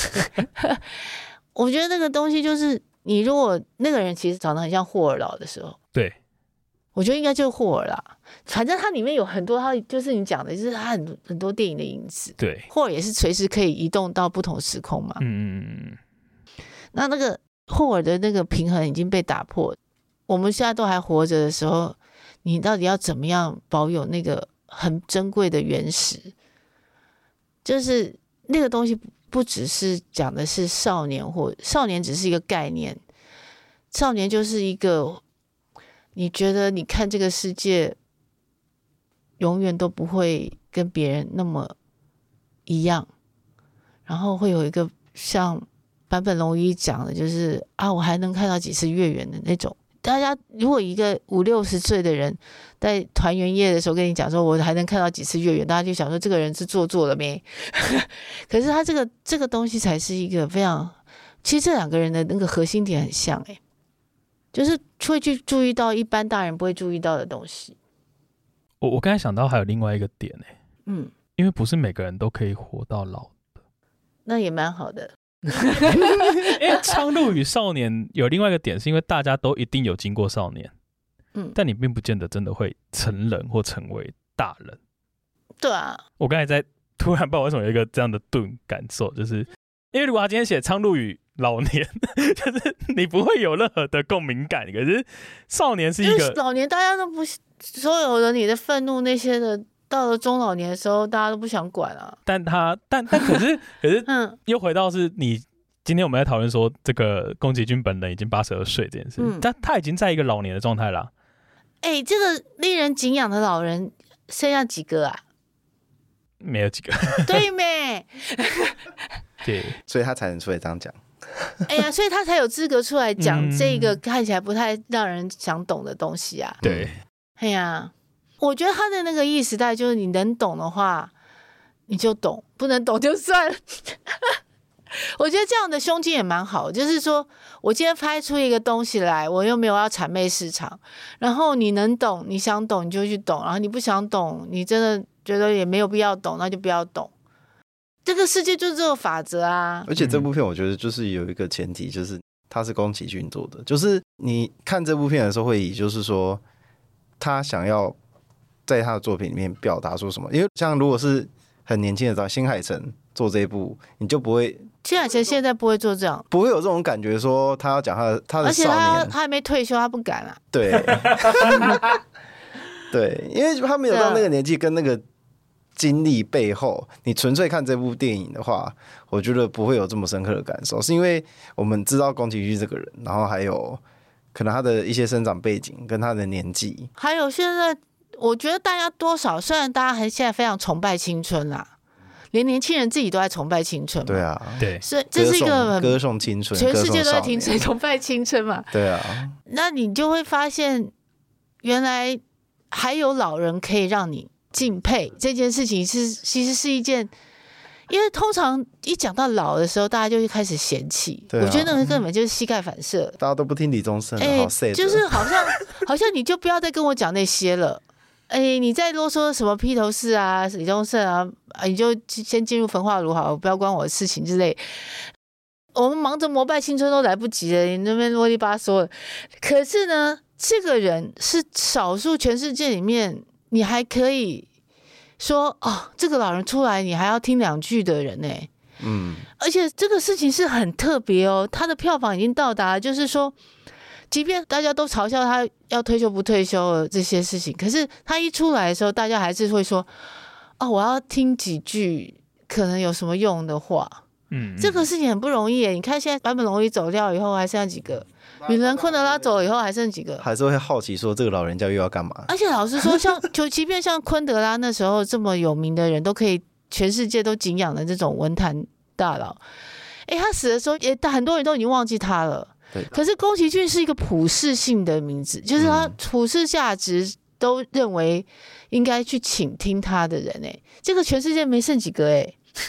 我觉得那个东西就是你如果那个人其实长得很像霍尔老的时候， 对， 我觉得应该就是霍尔啦。反正它里面有很多，它就是你讲的，就是它很多电影的影子。 对， 霍尔也是随时可以移动到不同时空嘛。那个霍尔的那个平衡已经被打破，我们现在都还活着的时候，你到底要怎么样保有那个很珍贵的原始？就是那个东西不只是讲的是少年，或少年只是一个概念，少年就是一个你觉得你看这个世界永远都不会跟别人那么一样，然后会有一个像坂本龙一讲的，就是我还能看到几次月圆的那种。大家如果一个50-60岁的人在团圆夜的时候跟你讲说我还能看到几次月圆，大家就想说这个人是做作了没可是他这个东西才是一个非常，其实这2个人的那个核心点很像就是会去注意到一般大人不会注意到的东西。 我刚才想到还有另外一个点因为不是每个人都可以活到老的， 那也蛮好的因为《苍鹭与少年》有另外一个点，是因为大家都一定有经过少年，但你并不见得真的会成人或成为大人。 对啊， 我刚才在突然不知道为什么有一个这样的感受，就是因为如果他今天写《苍鹭与老年》，就是你不会有任何的共鸣感，可是少年是一个老年，大家都不所有的你的愤怒那些的。到了中老年的时候，大家都不想管啊。但可是又回到是你今天我们在讨论说，这个宫崎骏本人已经82岁这件事，但他已经在一个老年的状态啦。这个令人敬仰的老人剩下几个啊？ 没有几个， 对没？ 对， 所以他才能出来这样讲。 所以他才有资格出来讲这个看起来不太让人想懂的东西啊。 对， 我觉得他的那个意识大概就是你能懂的话你就懂，不能懂就算了我觉得这样的胸襟也蛮好，就是说我今天拍出一个东西来，我又没有要谄媚市场，然后你能懂，你想懂你就去懂，然后你不想懂，你真的觉得也没有必要懂，那就不要懂。这个世界就是这个法则啊。 而且这部片我觉得就是有一个前提，就是它是宫崎骏做的，就是你看这部片的时候会以就是说他想要在他的作品里面表达出什么。因为像如果是很年轻的时候新海诚做这一部，你就不会， 新海诚现在不会做这样， 不会有这种感觉说他要讲他的少年， 而且他还没退休，他不敢啊。 对对，因为他没有到那个年纪跟那个经历背后，你纯粹看这部电影的话，我觉得不会有这么深刻的感受，是因为我们知道宫崎骏这个人，然后还有可能他的一些生长背景跟他的年纪， 还有现在我觉得大家多少，虽然大家现在非常崇拜青春啦，连年轻人自己都在崇拜青春嘛。 对啊， 对， 所以这是一个歌颂青春， 全世界都在崇拜青春嘛。 对啊， 那你就会发现，原来还有老人可以让你敬佩，这件事情其实是一件，因为通常一讲到老的时候，大家就会开始嫌弃。 对啊， 我觉得那个根本就是膝盖反射， 大家都不听李宗盛，好 sad， 就是好像你就不要再跟我讲那些了。你再啰嗦什么披头士啊、李宗盛啊，你就先进入焚化炉好了，不要关我的事情之类。我们忙着膜拜青春都来不及了，你那边啰里吧嗦的。可是呢，这个人是少数全世界里面，你还可以说哦，这个老人出来，你还要听2句的人呢。而且这个事情是很特别哦，他的票房已经到达，就是说。即便大家都嘲笑他要退休不退休的这些事情，可是他一出来的时候，大家还是会说：“哦，我要听几句可能有什么用的话。”这个事情很不容易耶。你看现在坂本龙一走掉以后，还剩下几个？米兰昆德拉走了以后，还剩几个？ 还是会好奇说这个老人家又要干嘛？ 而且老实说，即便像昆德拉那时候这么有名的人，都可以全世界都敬仰的这种文坛大佬，他死的时候，很多人都已经忘记他了。可是宫崎骏是一个普世性的名字，就是他普世价值都认为应该去倾听他的人这个全世界没剩几个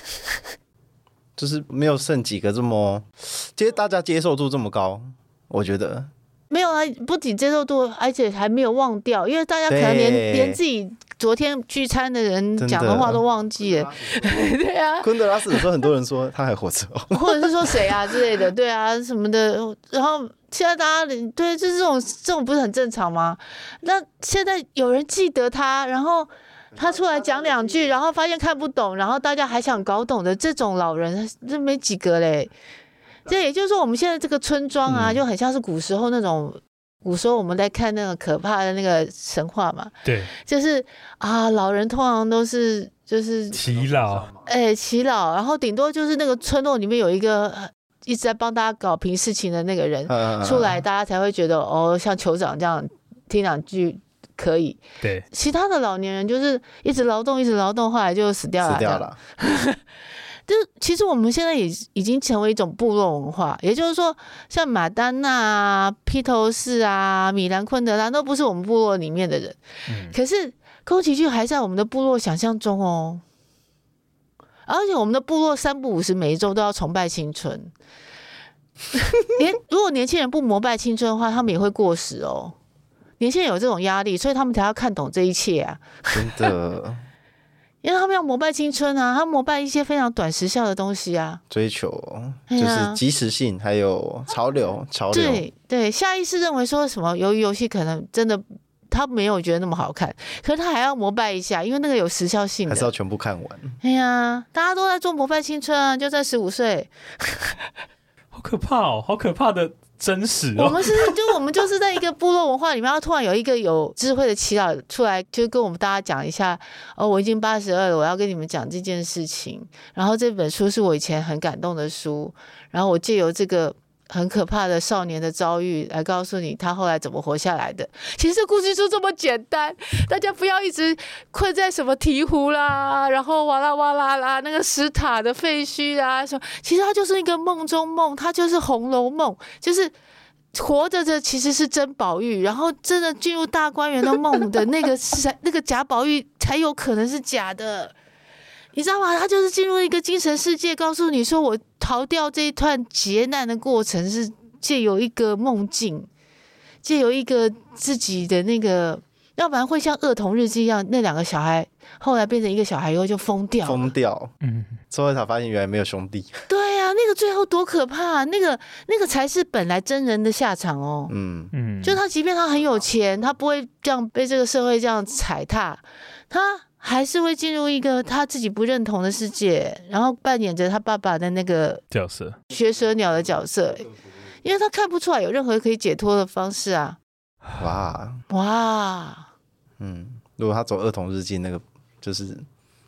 就是没有剩几个这么，大家接受度这么高，我觉得没有啊，不仅接受度，而且还没有忘掉，因为大家可能连自己昨天聚餐的人讲的话都忘记了。对啊， 昆德拉死的时候，很多人说他还活着或者是说谁啊之类的，对啊什么的。然后现在大家对就是这种不是很正常吗？那现在有人记得他，然后他出来讲2句，然后发现看不懂，然后大家还想搞懂的这种老人，这没几个嘞。这也就是说，我们现在这个村庄啊，就很像是古时候那种。古时候我们在看那个可怕的那个神话嘛， 对， 就是老人通常都是就是耆老， 耆老，然后顶多就是那个村落里面有一个一直在帮大家搞平事情的那个人出来，大家才会觉得像酋长这样听2句可以。 对， 其他的老年人就是一直劳动，后来就死掉了。就其实我们现在也已经成为一种部落文化，也就是说，像马丹娜啊、披头士啊、米兰昆德拉都不是我们部落里面的人，可是宫崎骏还在我们的部落想象中哦。而且我们的部落3不5时每一周都要崇拜青春，如果年轻人不膜拜青春的话，他们也会过时哦。年轻人有这种压力，所以他们才要看懂这一切啊！ 真的。 因为他们要膜拜青春啊，他们膜拜一些非常短时效的东西啊， 追求就是即时性，还有潮流。 对，下意识认为说什么鱿鱼游戏可能真的他没有觉得那么好看，可是他还要膜拜一下，因为那个有时效性的， 还是要全部看完。 大家都在做膜拜青春啊，就在15岁， 好可怕哦，好可怕的。真实哦， 我们就是在一个部落文化里面，然后突然有一个有智慧的耆老出来，就跟我们大家讲一下，我已经82了，我要跟你们讲这件事情。然后这本书是我以前很感动的书，然后我借由这个很可怕的少年的遭遇来告诉你他后来怎么活下来的。其实这故事就这么简单，大家不要一直困在什么鹈鹕啦，然后哇啦哇啦啦那个石塔的废墟啊什么，其实它就是一个梦中梦，它就是《红楼梦》，就是活着的其实是甄宝玉，然后真的进入大观园的梦的那个贾宝玉才有可能是假的。你知道吗？他就是进入一个精神世界，告诉你说我逃掉这一段劫难的过程是借由一个梦境，借由一个自己的那个，要不然会像恶童日记一样，那2个小孩后来变成一个小孩以后就疯掉， 最后才发现原来没有兄弟。 对啊，那个最后多可怕，那个才是本来真人的下场哦。就他即便他很有钱，他不会这样被这个社会这样踩踏，他还是会进入一个他自己不认同的世界，然后扮演着他爸爸的那个角色， 学蛇鸟的角色，因为他看不出来有任何可以解脱的方式啊。 哇，如果他走儿童日记那个，就是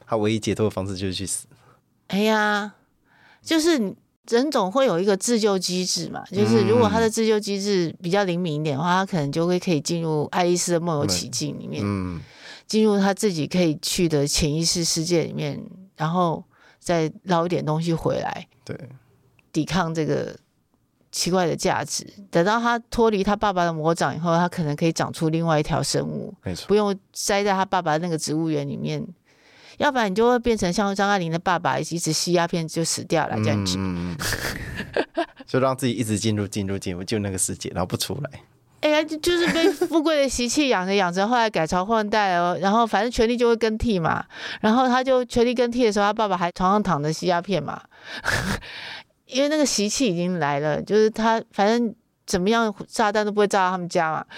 他唯一解脱的方式就是去死。 哎呀，就是人总会有一个自救机制嘛，就是如果他的自救机制比较灵敏一点的话，他可能就会可以进入爱丽丝的梦游奇境里面，进入他自己可以去的潜意识世界里面，然后再捞一点东西回来， 对， 抵抗这个奇怪的价值。等到他脱离他爸爸的魔掌以后，他可能可以长出另外一条生物， 没错， 不用塞在他爸爸那个植物园里面。要不然你就会变成像张爱玲的爸爸，一直吸鸦片就死掉了这样子， 就让自己一直进入那个世界，然后不出来。 哎呀，就是被富贵的习气养着，后来改朝换代哦，然后反正权力就会更替嘛，然后他就权力更替的时候，他爸爸还床上躺着吸鸦片嘛，因为那个习气已经来了，就是他反正怎么样炸弹都不会炸到他们家嘛。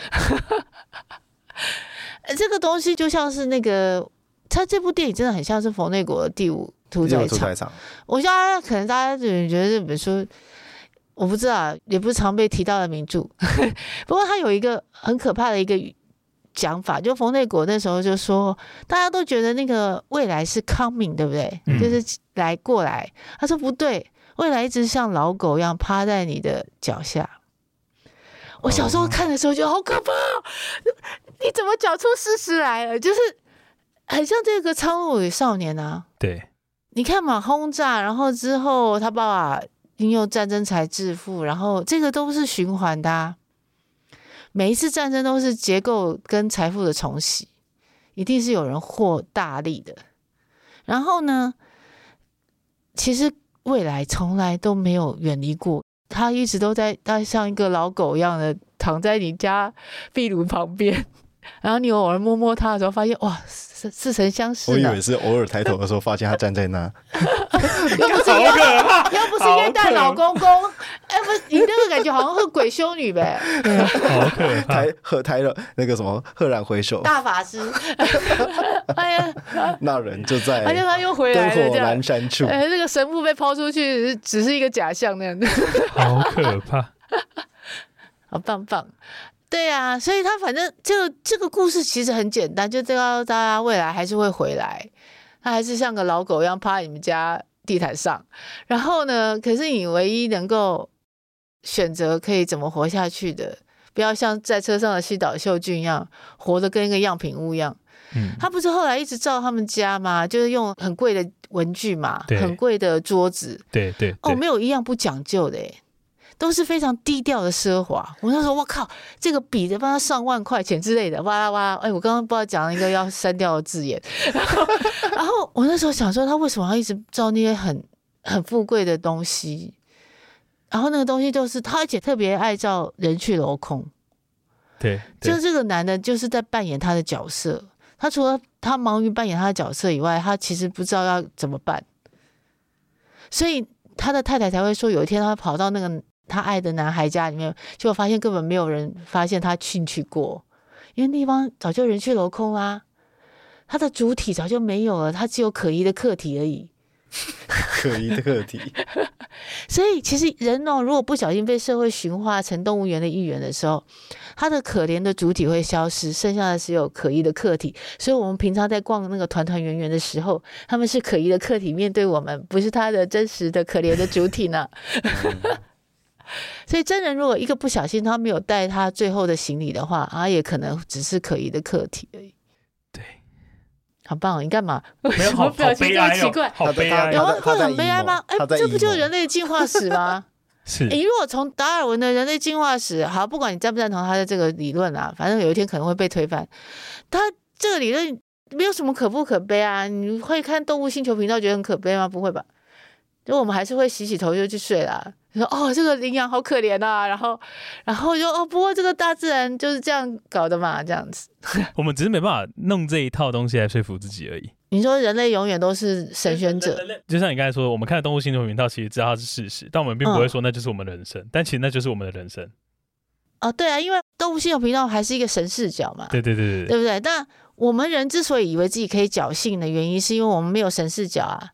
这个东西就像是那个。他这部电影真的很像是冯内果的《第五屠宰场》，我觉得可能大家觉得这本书，我不知道，也不是常被提到的名著。不过他有一个很可怕的一个讲法，就冯内果那时候就说，大家都觉得那个未来是 coming， 对不对？就是过来。他说不对，未来一直像老狗一样趴在你的脚下。我小时候看的时候觉得好可怕，你怎么讲出事实来了？就是很像这个《苍鹭与少年》啊。 对， 你看嘛，轰炸，然后之后他爸爸因用战争才致富，然后这个都是循环的啊。每一次战争都是结构跟财富的重洗，一定是有人获大利的。然后呢，其实未来从来都没有远离过，他一直都在，他像一个老狗一样的躺在你家壁炉旁边，然后你偶尔摸摸他的时候，发现哇，似曾相识。 我以为是偶尔抬头的时候发现他站在那， 又不是耶诞老公公，哎，不是，你那个感觉好像是鬼修女呗， 好可怕， 抬了那个什么赫然回首， 大法师，哎呀， 那人就在， 而且他又回来了， 灯火阑珊处， 哎，那个神父被抛出去，只是一个假象那样子， 好可怕， 好棒棒。对啊，所以他反正这个故事其实很简单，就知道大家未来还是会回来，他还是像个老狗一样趴在你们家地毯上。然后呢，可是你唯一能够选择可以怎么活下去的，不要像在车上的西岛秀俊一样，活得跟一个样品屋一样。他不是后来一直照他们家吗？就是用很贵的文具嘛，很贵的桌子， 对， 哦，没有一样不讲究的耶。都是非常低调的奢华。我那时候我靠，这个笔得帮他上万块钱之类的，哇啦哇啦！哎，我刚刚不知道讲了一个要删掉的字眼，然后我那时候想说，他为什么要一直照那些很富贵的东西？然后那个东西就是他，而且特别爱照人去楼空。 对， 就这个男的，就是在扮演他的角色。他除了他忙于扮演他的角色以外，他其实不知道要怎么办，所以他的太太才会说，有一天他跑到那个他爱的男孩家里面，结果发现根本没有人发现他进去过，因为地方早就人去楼空啦，他的主体早就没有了，他只有可疑的客体而已。 可疑的客体。 所以其实人如果不小心被社会驯化成动物园的一员的时候，他的可怜的主体会消失，剩下的只有可疑的客体。所以我们平常在逛那个团团圆圆的时候，他们是可疑的客体面对我们，不是他的真实的可怜的主体呢。所以真人如果一个不小心他没有带他最后的行李的话，他也可能只是可疑的客体而已。 对， 好棒哦！你干嘛？ 没有，好悲哀哦，好悲哀。 会很悲哀吗？哎，这不就是人类进化史吗？ 是。 你如果从达尔文的人类进化史，好，不管你赞不赞同他的这个理论啊，反正有一天可能会被推翻。他这个理论没有什么可不可悲啊？你会看动物星球频道觉得很可悲吗？不会吧？就我们还是会洗洗头就去睡啦。你说哦，这个羚羊好可怜啊，然后就哦，不过这个大自然就是这样搞的嘛，这样子。 我们只是没办法弄这一套东西来说服自己而已。 你说人类永远都是神选者， 就像你刚才说，我们看的动物星球频道其实知道它是事实，但我们并不会说那就是我们的人生，但其实那就是我们的人生。 哦，对啊，因为动物星球频道还是一个神视角嘛， 对不对？ 但我们人之所以以为自己可以侥幸的原因，是因为我们没有神视角啊。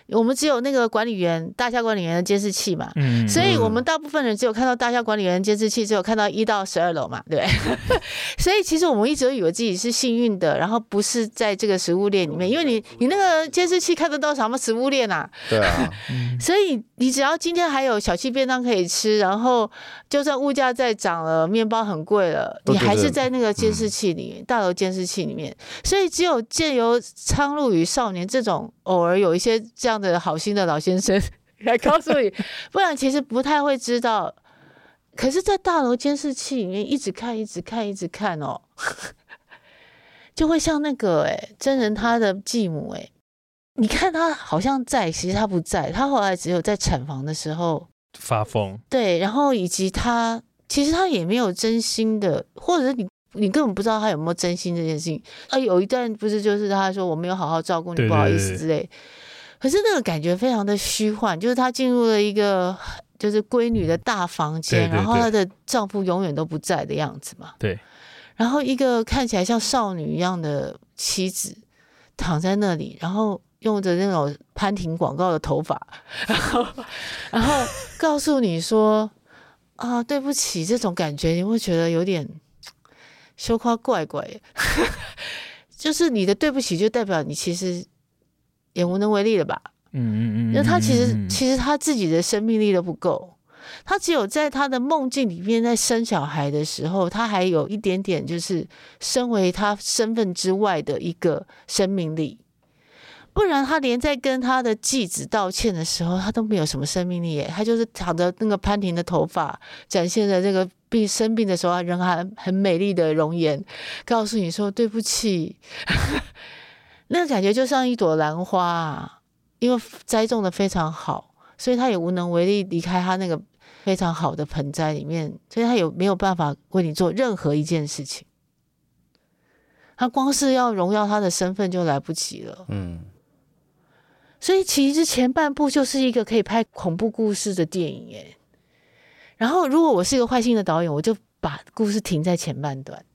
我们只有那个管理员大厦管理员的监视器嘛，所以我们大部分人只有看到大厦管理员的监视器，只有看到1到12楼嘛，对不对？所以其实我们一直都以为自己是幸运的，然后不是在这个食物链里面，因为你那个监视器看得到什么食物链啊？ 对啊， 所以你只要今天还有小气便当可以吃，然后就算物价再涨了，面包很贵了，你还是在那个监视器里面，大楼监视器里面。所以只有借由苍鹭与少年这种偶尔有一些这样的好心的老先生来告诉你，不然其实不太会知道。可是，在大楼监视器里面一直看哦，就会像那个真人他的继母你看他好像在，其实他不在，他后来只有在产房的时候发疯。对， 然后以及他其实他也没有真心的，或者是你根本不知道他有没有真心这件事情。有一段不是就是他说我没有好好照顾你，不好意思之类。可是那个感觉非常的虚幻，就是她进入了一个就是闺女的大房间，然后她的丈夫永远都不在的样子嘛。 对。 然后一个看起来像少女一样的妻子躺在那里，然后用着那种潘婷广告的头发，然后告诉你说啊，对不起，这种感觉你会觉得有点羞夸怪怪就是你的对不起就代表你其实也无能为力了吧。因为他其实他自己的生命力都不够，他只有在他的梦境里面在生小孩的时候，他还有一点点就是身为他身份之外的一个生命力，不然他连在跟他的继子道歉的时候他都没有什么生命力耶。他就是躺着那个潘婷的头发，展现了这个生病的时候仍然很美丽的容颜，告诉你说对不起那个感觉就像一朵兰花啊，因为栽种的非常好，所以他也无能为力离开他那个非常好的盆栽里面，所以他也没有办法为你做任何一件事情，他光是要荣耀他的身份就来不及了。所以其实前半部就是一个可以拍恐怖故事的电影耶。然后如果我是一个坏心的导演，我就把故事停在前半段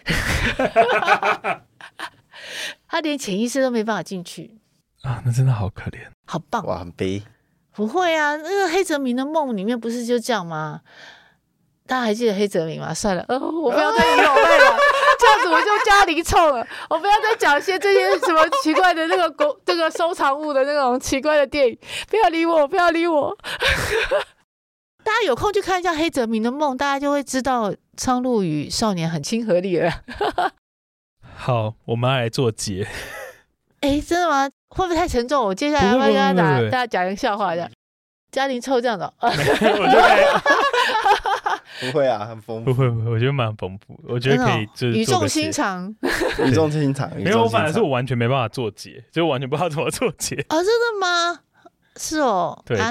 他连潜意识都没办法进去啊，那真的好可怜， 好棒哇，很悲。 不会啊，那个黑泽明的梦里面不是就这样吗？大家还记得黑泽明吗？算了，我不要再引我妹了这样子我就加离臭了。我不要再讲一些这些什么奇怪的那个这个收藏物的那种奇怪的电影，不要理我，不要理我大家有空去看一下黑泽明的梦，大家就会知道苍鹭与少年很亲和力了好，我们要来做结真的吗？会不会太沉重？我接下来要不要跟大家讲一个笑话，这样家庭臭这样的不会啊，很丰富。 不会，我觉得蛮丰富，我觉得可以就是语重心长语重心长。 没有，我反而是我完全没办法做结，就完全不知道怎么做结真的吗？是哦， 对，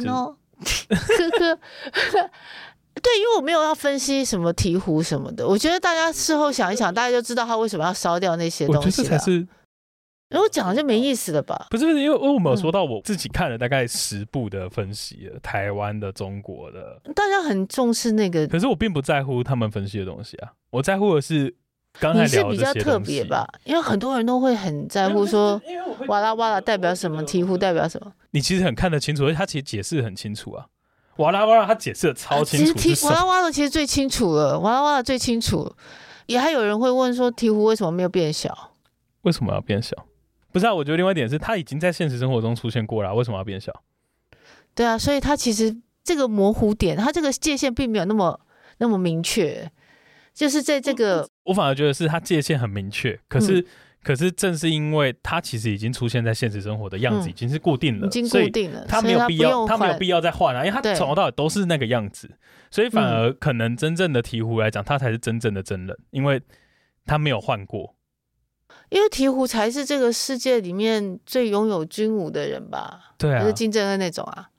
对，因为我没有要分析什么醍醐什么的，我觉得大家事后想一想，大家就知道他为什么要烧掉那些东西了。 我觉得这才是， 如果讲了就没意思了吧？ 不是，因为我没有说到我自己看了大概10部的分析了，台湾的、中国的， 大家很重视那个， 可是我并不在乎他们分析的东西啊，我在乎的是刚才聊的这些东西。你是比较特别吧？因为很多人都会很在乎说，哇啦哇啦代表什么，醍醐代表什么。你其实很看得清楚，而且他其实解释得很清楚啊。哇啦哇啦，他解释的超清楚。 其实哇啦哇啦其实最清楚了，哇啦哇啦最清楚。也还有人会问说，醍醐为什么没有变小？ 为什么要变小？不是啊，我觉得另外一点是，他已经在现实生活中出现过了，为什么要变小？ 对啊，所以他其实这个模糊点，他这个界限并没有那么明确，就是在这个， 我反而觉得是他界限很明确，可是正是因为它其实已经出现在现实生活的样子，已经是固定了， 已经固定了， 他没有必要再换啊，因为他从头到尾都是那个样子，所以反而可能真正的醍醐来讲，他才是真正的真人，因为他没有换过。 因为醍醐才是这个世界里面最拥有军武的人吧？ 对啊， 就是金正恩那种啊，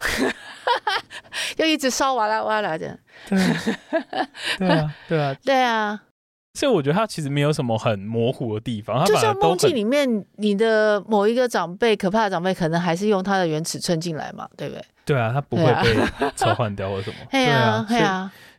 又一直烧哇啦哇啦的。对啊。 所以我觉得他其实没有什么很模糊的地方，他就像梦境里面你的某一个长辈，可怕的长辈，可能还是用他的原尺寸进来嘛，对不对？ 对啊，他不会被召唤掉或什么。 对啊，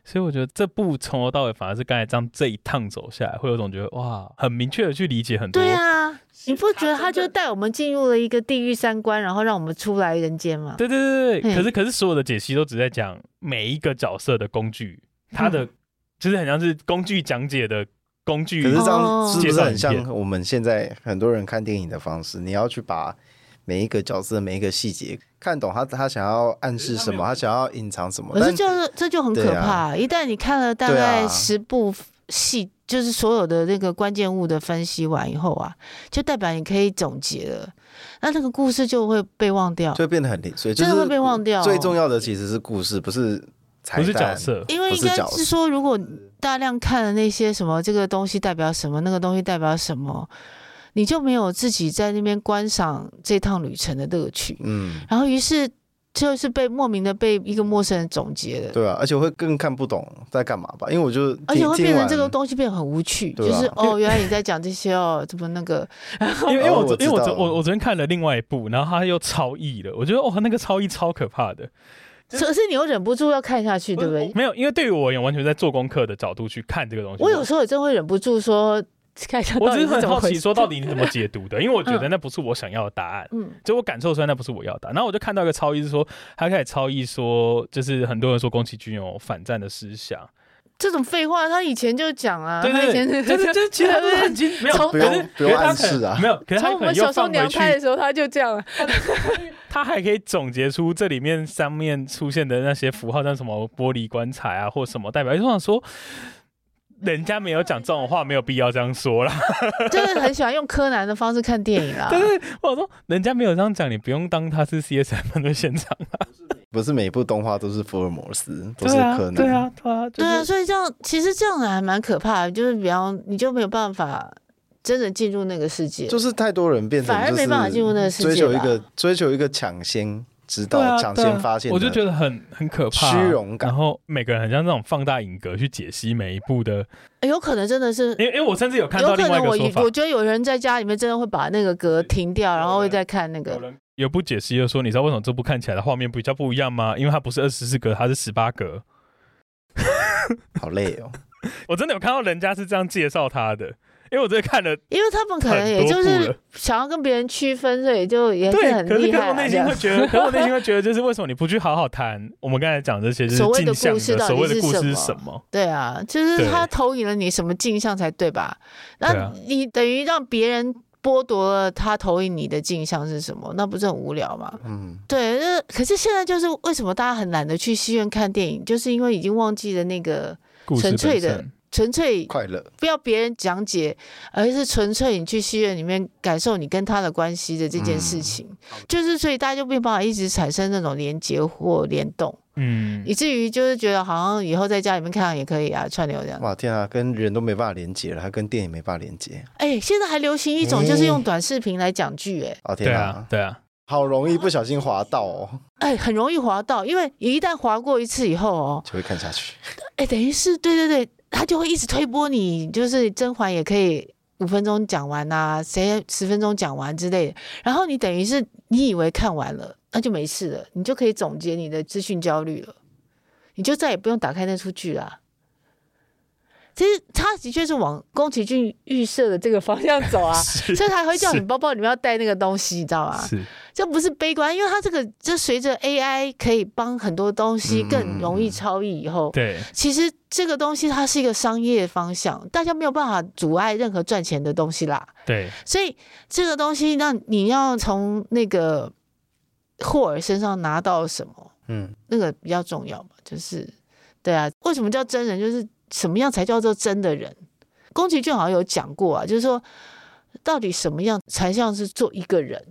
所以我觉得这部从头到尾反而是刚才这一趟走下来，会有种觉得哇，很明确的去理解很多。 对啊，你不觉得他就带我们进入了一个地狱三观，然后让我们出来人间吗？ 对对对对，可是所有的解析都只在讲每一个角色的工具，他的就是很像是工具讲解的工具。 可是这样是不是很像我们现在很多人看电影的方式？你要去把每一个角色每一个细节看懂他想要暗示什么，他想要隐藏什么。 可是这就很可怕，一旦你看了大概10部戏，就是所有的那个关键物的分析完以后啊，就代表你可以总结了，那这个故事就会被忘掉， 就会变得很零碎， 真的会被忘掉。 最重要的其实是故事，不是彩蛋， 不是角色。 因为应该是说，如果大量看了那些什么这个东西代表什么，那个东西代表什么，你就没有自己在那边观赏这趟旅程的乐趣。然后于是就是莫名的被一个陌生人总结了。 对啊，而且会更看不懂在干嘛吧，因为我就而且会变成这个东西变得很无趣，就是原来你在讲这些怎么那个。 因为我昨天看了另外一部，然后他又超译了，我觉得那个超译超可怕的。 可是你又忍不住要看下去，对不对？ 没有，因为对于我而言，完全在做功课的角度去看这个东西。 我有时候也真会忍不住说。 我只是很好奇，说到底你怎么解读的？因为我觉得那不是我想要的答案，就我感受出来那不是我要的答案。然后我就看到一个超译是说，他开始超译说，就是很多人说宫崎骏有反战的思想。 这种废话，他以前就讲啊， 对对对，就是其实他很经没有， 不用暗示啊， 没有。可是他从我们小时候娘胎的时候，他就这样了。 他还可以总结出这里面上面出现的那些符号，像什么玻璃棺材啊，或什么代表，就想说。人家没有讲这种话，没有必要这样说啦。 就是很喜欢用柯南的方式看电影啦。 对，我说人家没有这样讲，你不用当他是 CSM 的现场啊。 不是每一部动画都是福尔摩斯，都是柯南。 对啊， 所以这样其实这样还蛮可怕的，就是比方你就没有办法真的进入那个世界， 就是太多人变成反而没办法进入那个世界， 追求一个抢先。知道抢先发现， 我就觉得很可怕， 虚荣感。 然后每个人很像那种放大影格去解析每一部的， 有可能真的是， 因为我甚至有看到另外一个说法， 我觉得有人在家里面真的会把那个格停掉，然后会再看那个。 有部解析就说，你知道为什么这部看起来的画面比较不一样吗？因为它不是24格，它是18格。 好累哦！ 我真的有看到人家是这样介绍他的。因为我这看了， 因为他们可能也就是想要跟别人区分，所以就也是很厉害。 可是我内心会觉得，就是为什么你不去好好谈我们刚才讲这些就是镜像的所谓的故事是什么？ 对啊，就是他投影了你什么镜像才对吧？那你等于让别人剥夺了他投影你的镜像是什么？那不是很无聊吗？对。可是现在就是为什么大家很懒得去戏院看电影，就是因为已经忘记了那个纯粹快乐， 不要别人讲解，而是纯粹你去戏院里面感受你跟他的关系的这件事情，就是所以大家就没办法一直产生那种连结或联动，以至于就是觉得好像以后在家里面看也可以啊，串流这样。 哇天啊，跟人都没办法连结了，还跟电影没办法连结。 现在还流行一种就是用短视频来讲剧， 天啊， 对啊， 好容易不小心滑到哦。 很容易滑到，因为一旦滑过一次以后就会看下去。 等于是对。他就会一直推播你，就是甄嬛也可以5分钟讲完啊，谁10分钟讲完之类的。然后你等于是你以为看完了，那就没事了，你就可以总结你的资讯焦虑了，你就再也不用打开那出剧啦。其实他的确是往宫崎骏预设的这个方向走啊，所以他会叫你包包里面要带那个东西，你知道吗？这不是悲观，因为他这个就随着 AI 可以帮很多东西更容易超译以后， 对， 其实这个东西它是一个商业方向，大家没有办法阻碍任何赚钱的东西啦。 对， 所以这个东西那你要从那个霍尔身上拿到什么？那个比较重要嘛，就是对啊，为什么叫真人？就是什么样才叫做真的人？宫崎骏好像有讲过啊，就是说到底什么样才像是做一个人？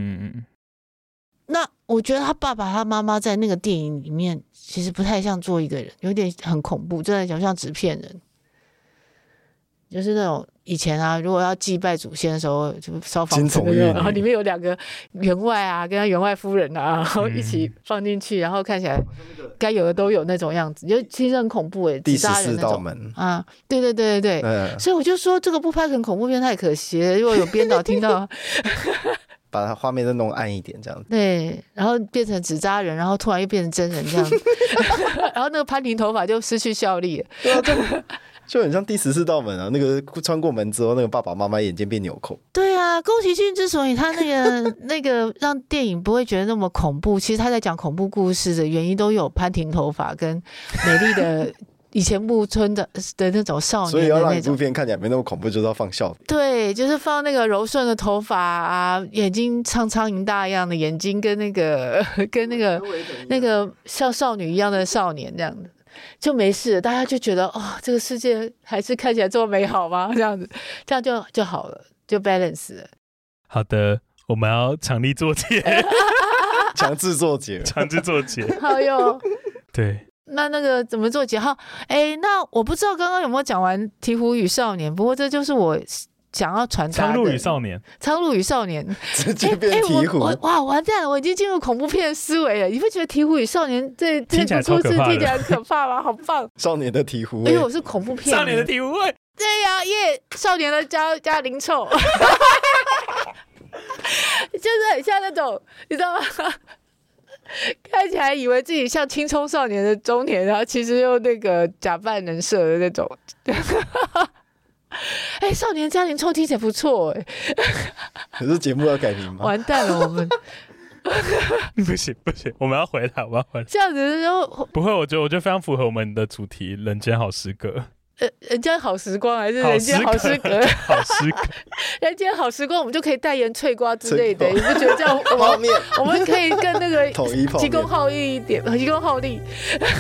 那我觉得他爸爸他妈妈在那个电影里面其实不太像做一个人，有点很恐怖，真的像纸片人，就是那种以前啊，如果要祭拜祖先的时候，就烧房子的，然后里面有2个员外啊，跟他员外夫人啊，然后一起放进去，然后看起来该有的都有那种样子，就其实很恐怖第14道门啊，对，所以我就说这个不拍成恐怖片太可惜了，如果有编导听到。 把它画面再弄暗一点这样子。 对，然后变成纸扎人，然后突然又变成真人这样子，然后那个潘婷头发就失去效力了。 对啊，就很像第14道门啊，那个穿过门之后，那个爸爸妈妈眼睛变纽扣。 对啊，宫崎骏之所以他那个让电影不会觉得那么恐怖，其实他在讲恐怖故事的原因都有潘婷头发跟美丽的以前木村的那种少年的那种， 所以要让一部片看起来没那么恐怖，就是要放笑点。 对，就是放那个柔顺的头发啊，眼睛像苍蝇大一样的眼睛，跟那个像少女一样的少年这样子。就没事了，大家就觉得这个世界还是看起来这么美好吗？这样子，这样就好了，就 balance 了。 好的，我们要强力做结， 强制做结， 强制做结。 好哟， 对。 那个怎么做结号？那我不知道刚刚有没有讲完《鹈鹕与少年》，不过这就是我想要传达的。 苍鹭与少年， 苍鹭与少年， 直接变鹈鹕。 哇，完蛋了！我已经进入恐怖片的思维了。你不觉得《鹈鹕与少年》这听起来超可怕的， 听起来很可怕吗？好棒！ 少年的鹈鹕， 因为我是恐怖片。 少年的鹈鹕味。 对呀，耶！少年的加零臭，就是很像那种，你知道吗？看起来以为自己像青葱少年的中年，然后其实又那个假扮人设的那种。少年加零臭听起来不错哎。 可是节目要改名吗？ 完蛋了，我们不行，我们要回来。 这样子就不会，我觉得非常符合我们的主题《人间好诗歌》。 人间好时光还是人间好诗歌？ 好诗歌， 人间好时光，我们就可以代言脆瓜之类的，你不觉得这样我们可以跟那个提供好利一点，提供好利。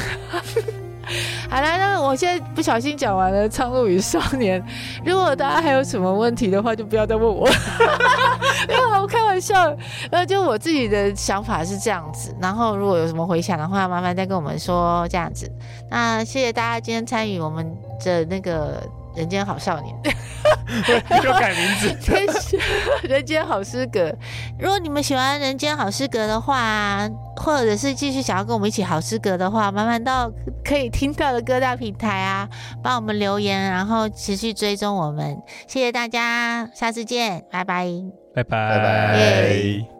好了，那我现在不小心讲完了《苍鹭与少年》，如果大家还有什么问题的话，就不要再问我。没有，我开玩笑。就我自己的想法是这样子，然后如果有什么回响的话，麻烦再跟我们说这样子。那谢谢大家今天参与我们的那个人间好少年。 又改名字。 人间好诗歌。如果你们喜欢人间好诗歌的话，或者是继续想要跟我们一起好诗歌的话，麻烦到可以听到的各大平台啊，帮我们留言，然后持续追踪我们。谢谢大家，下次见，拜拜， 拜拜。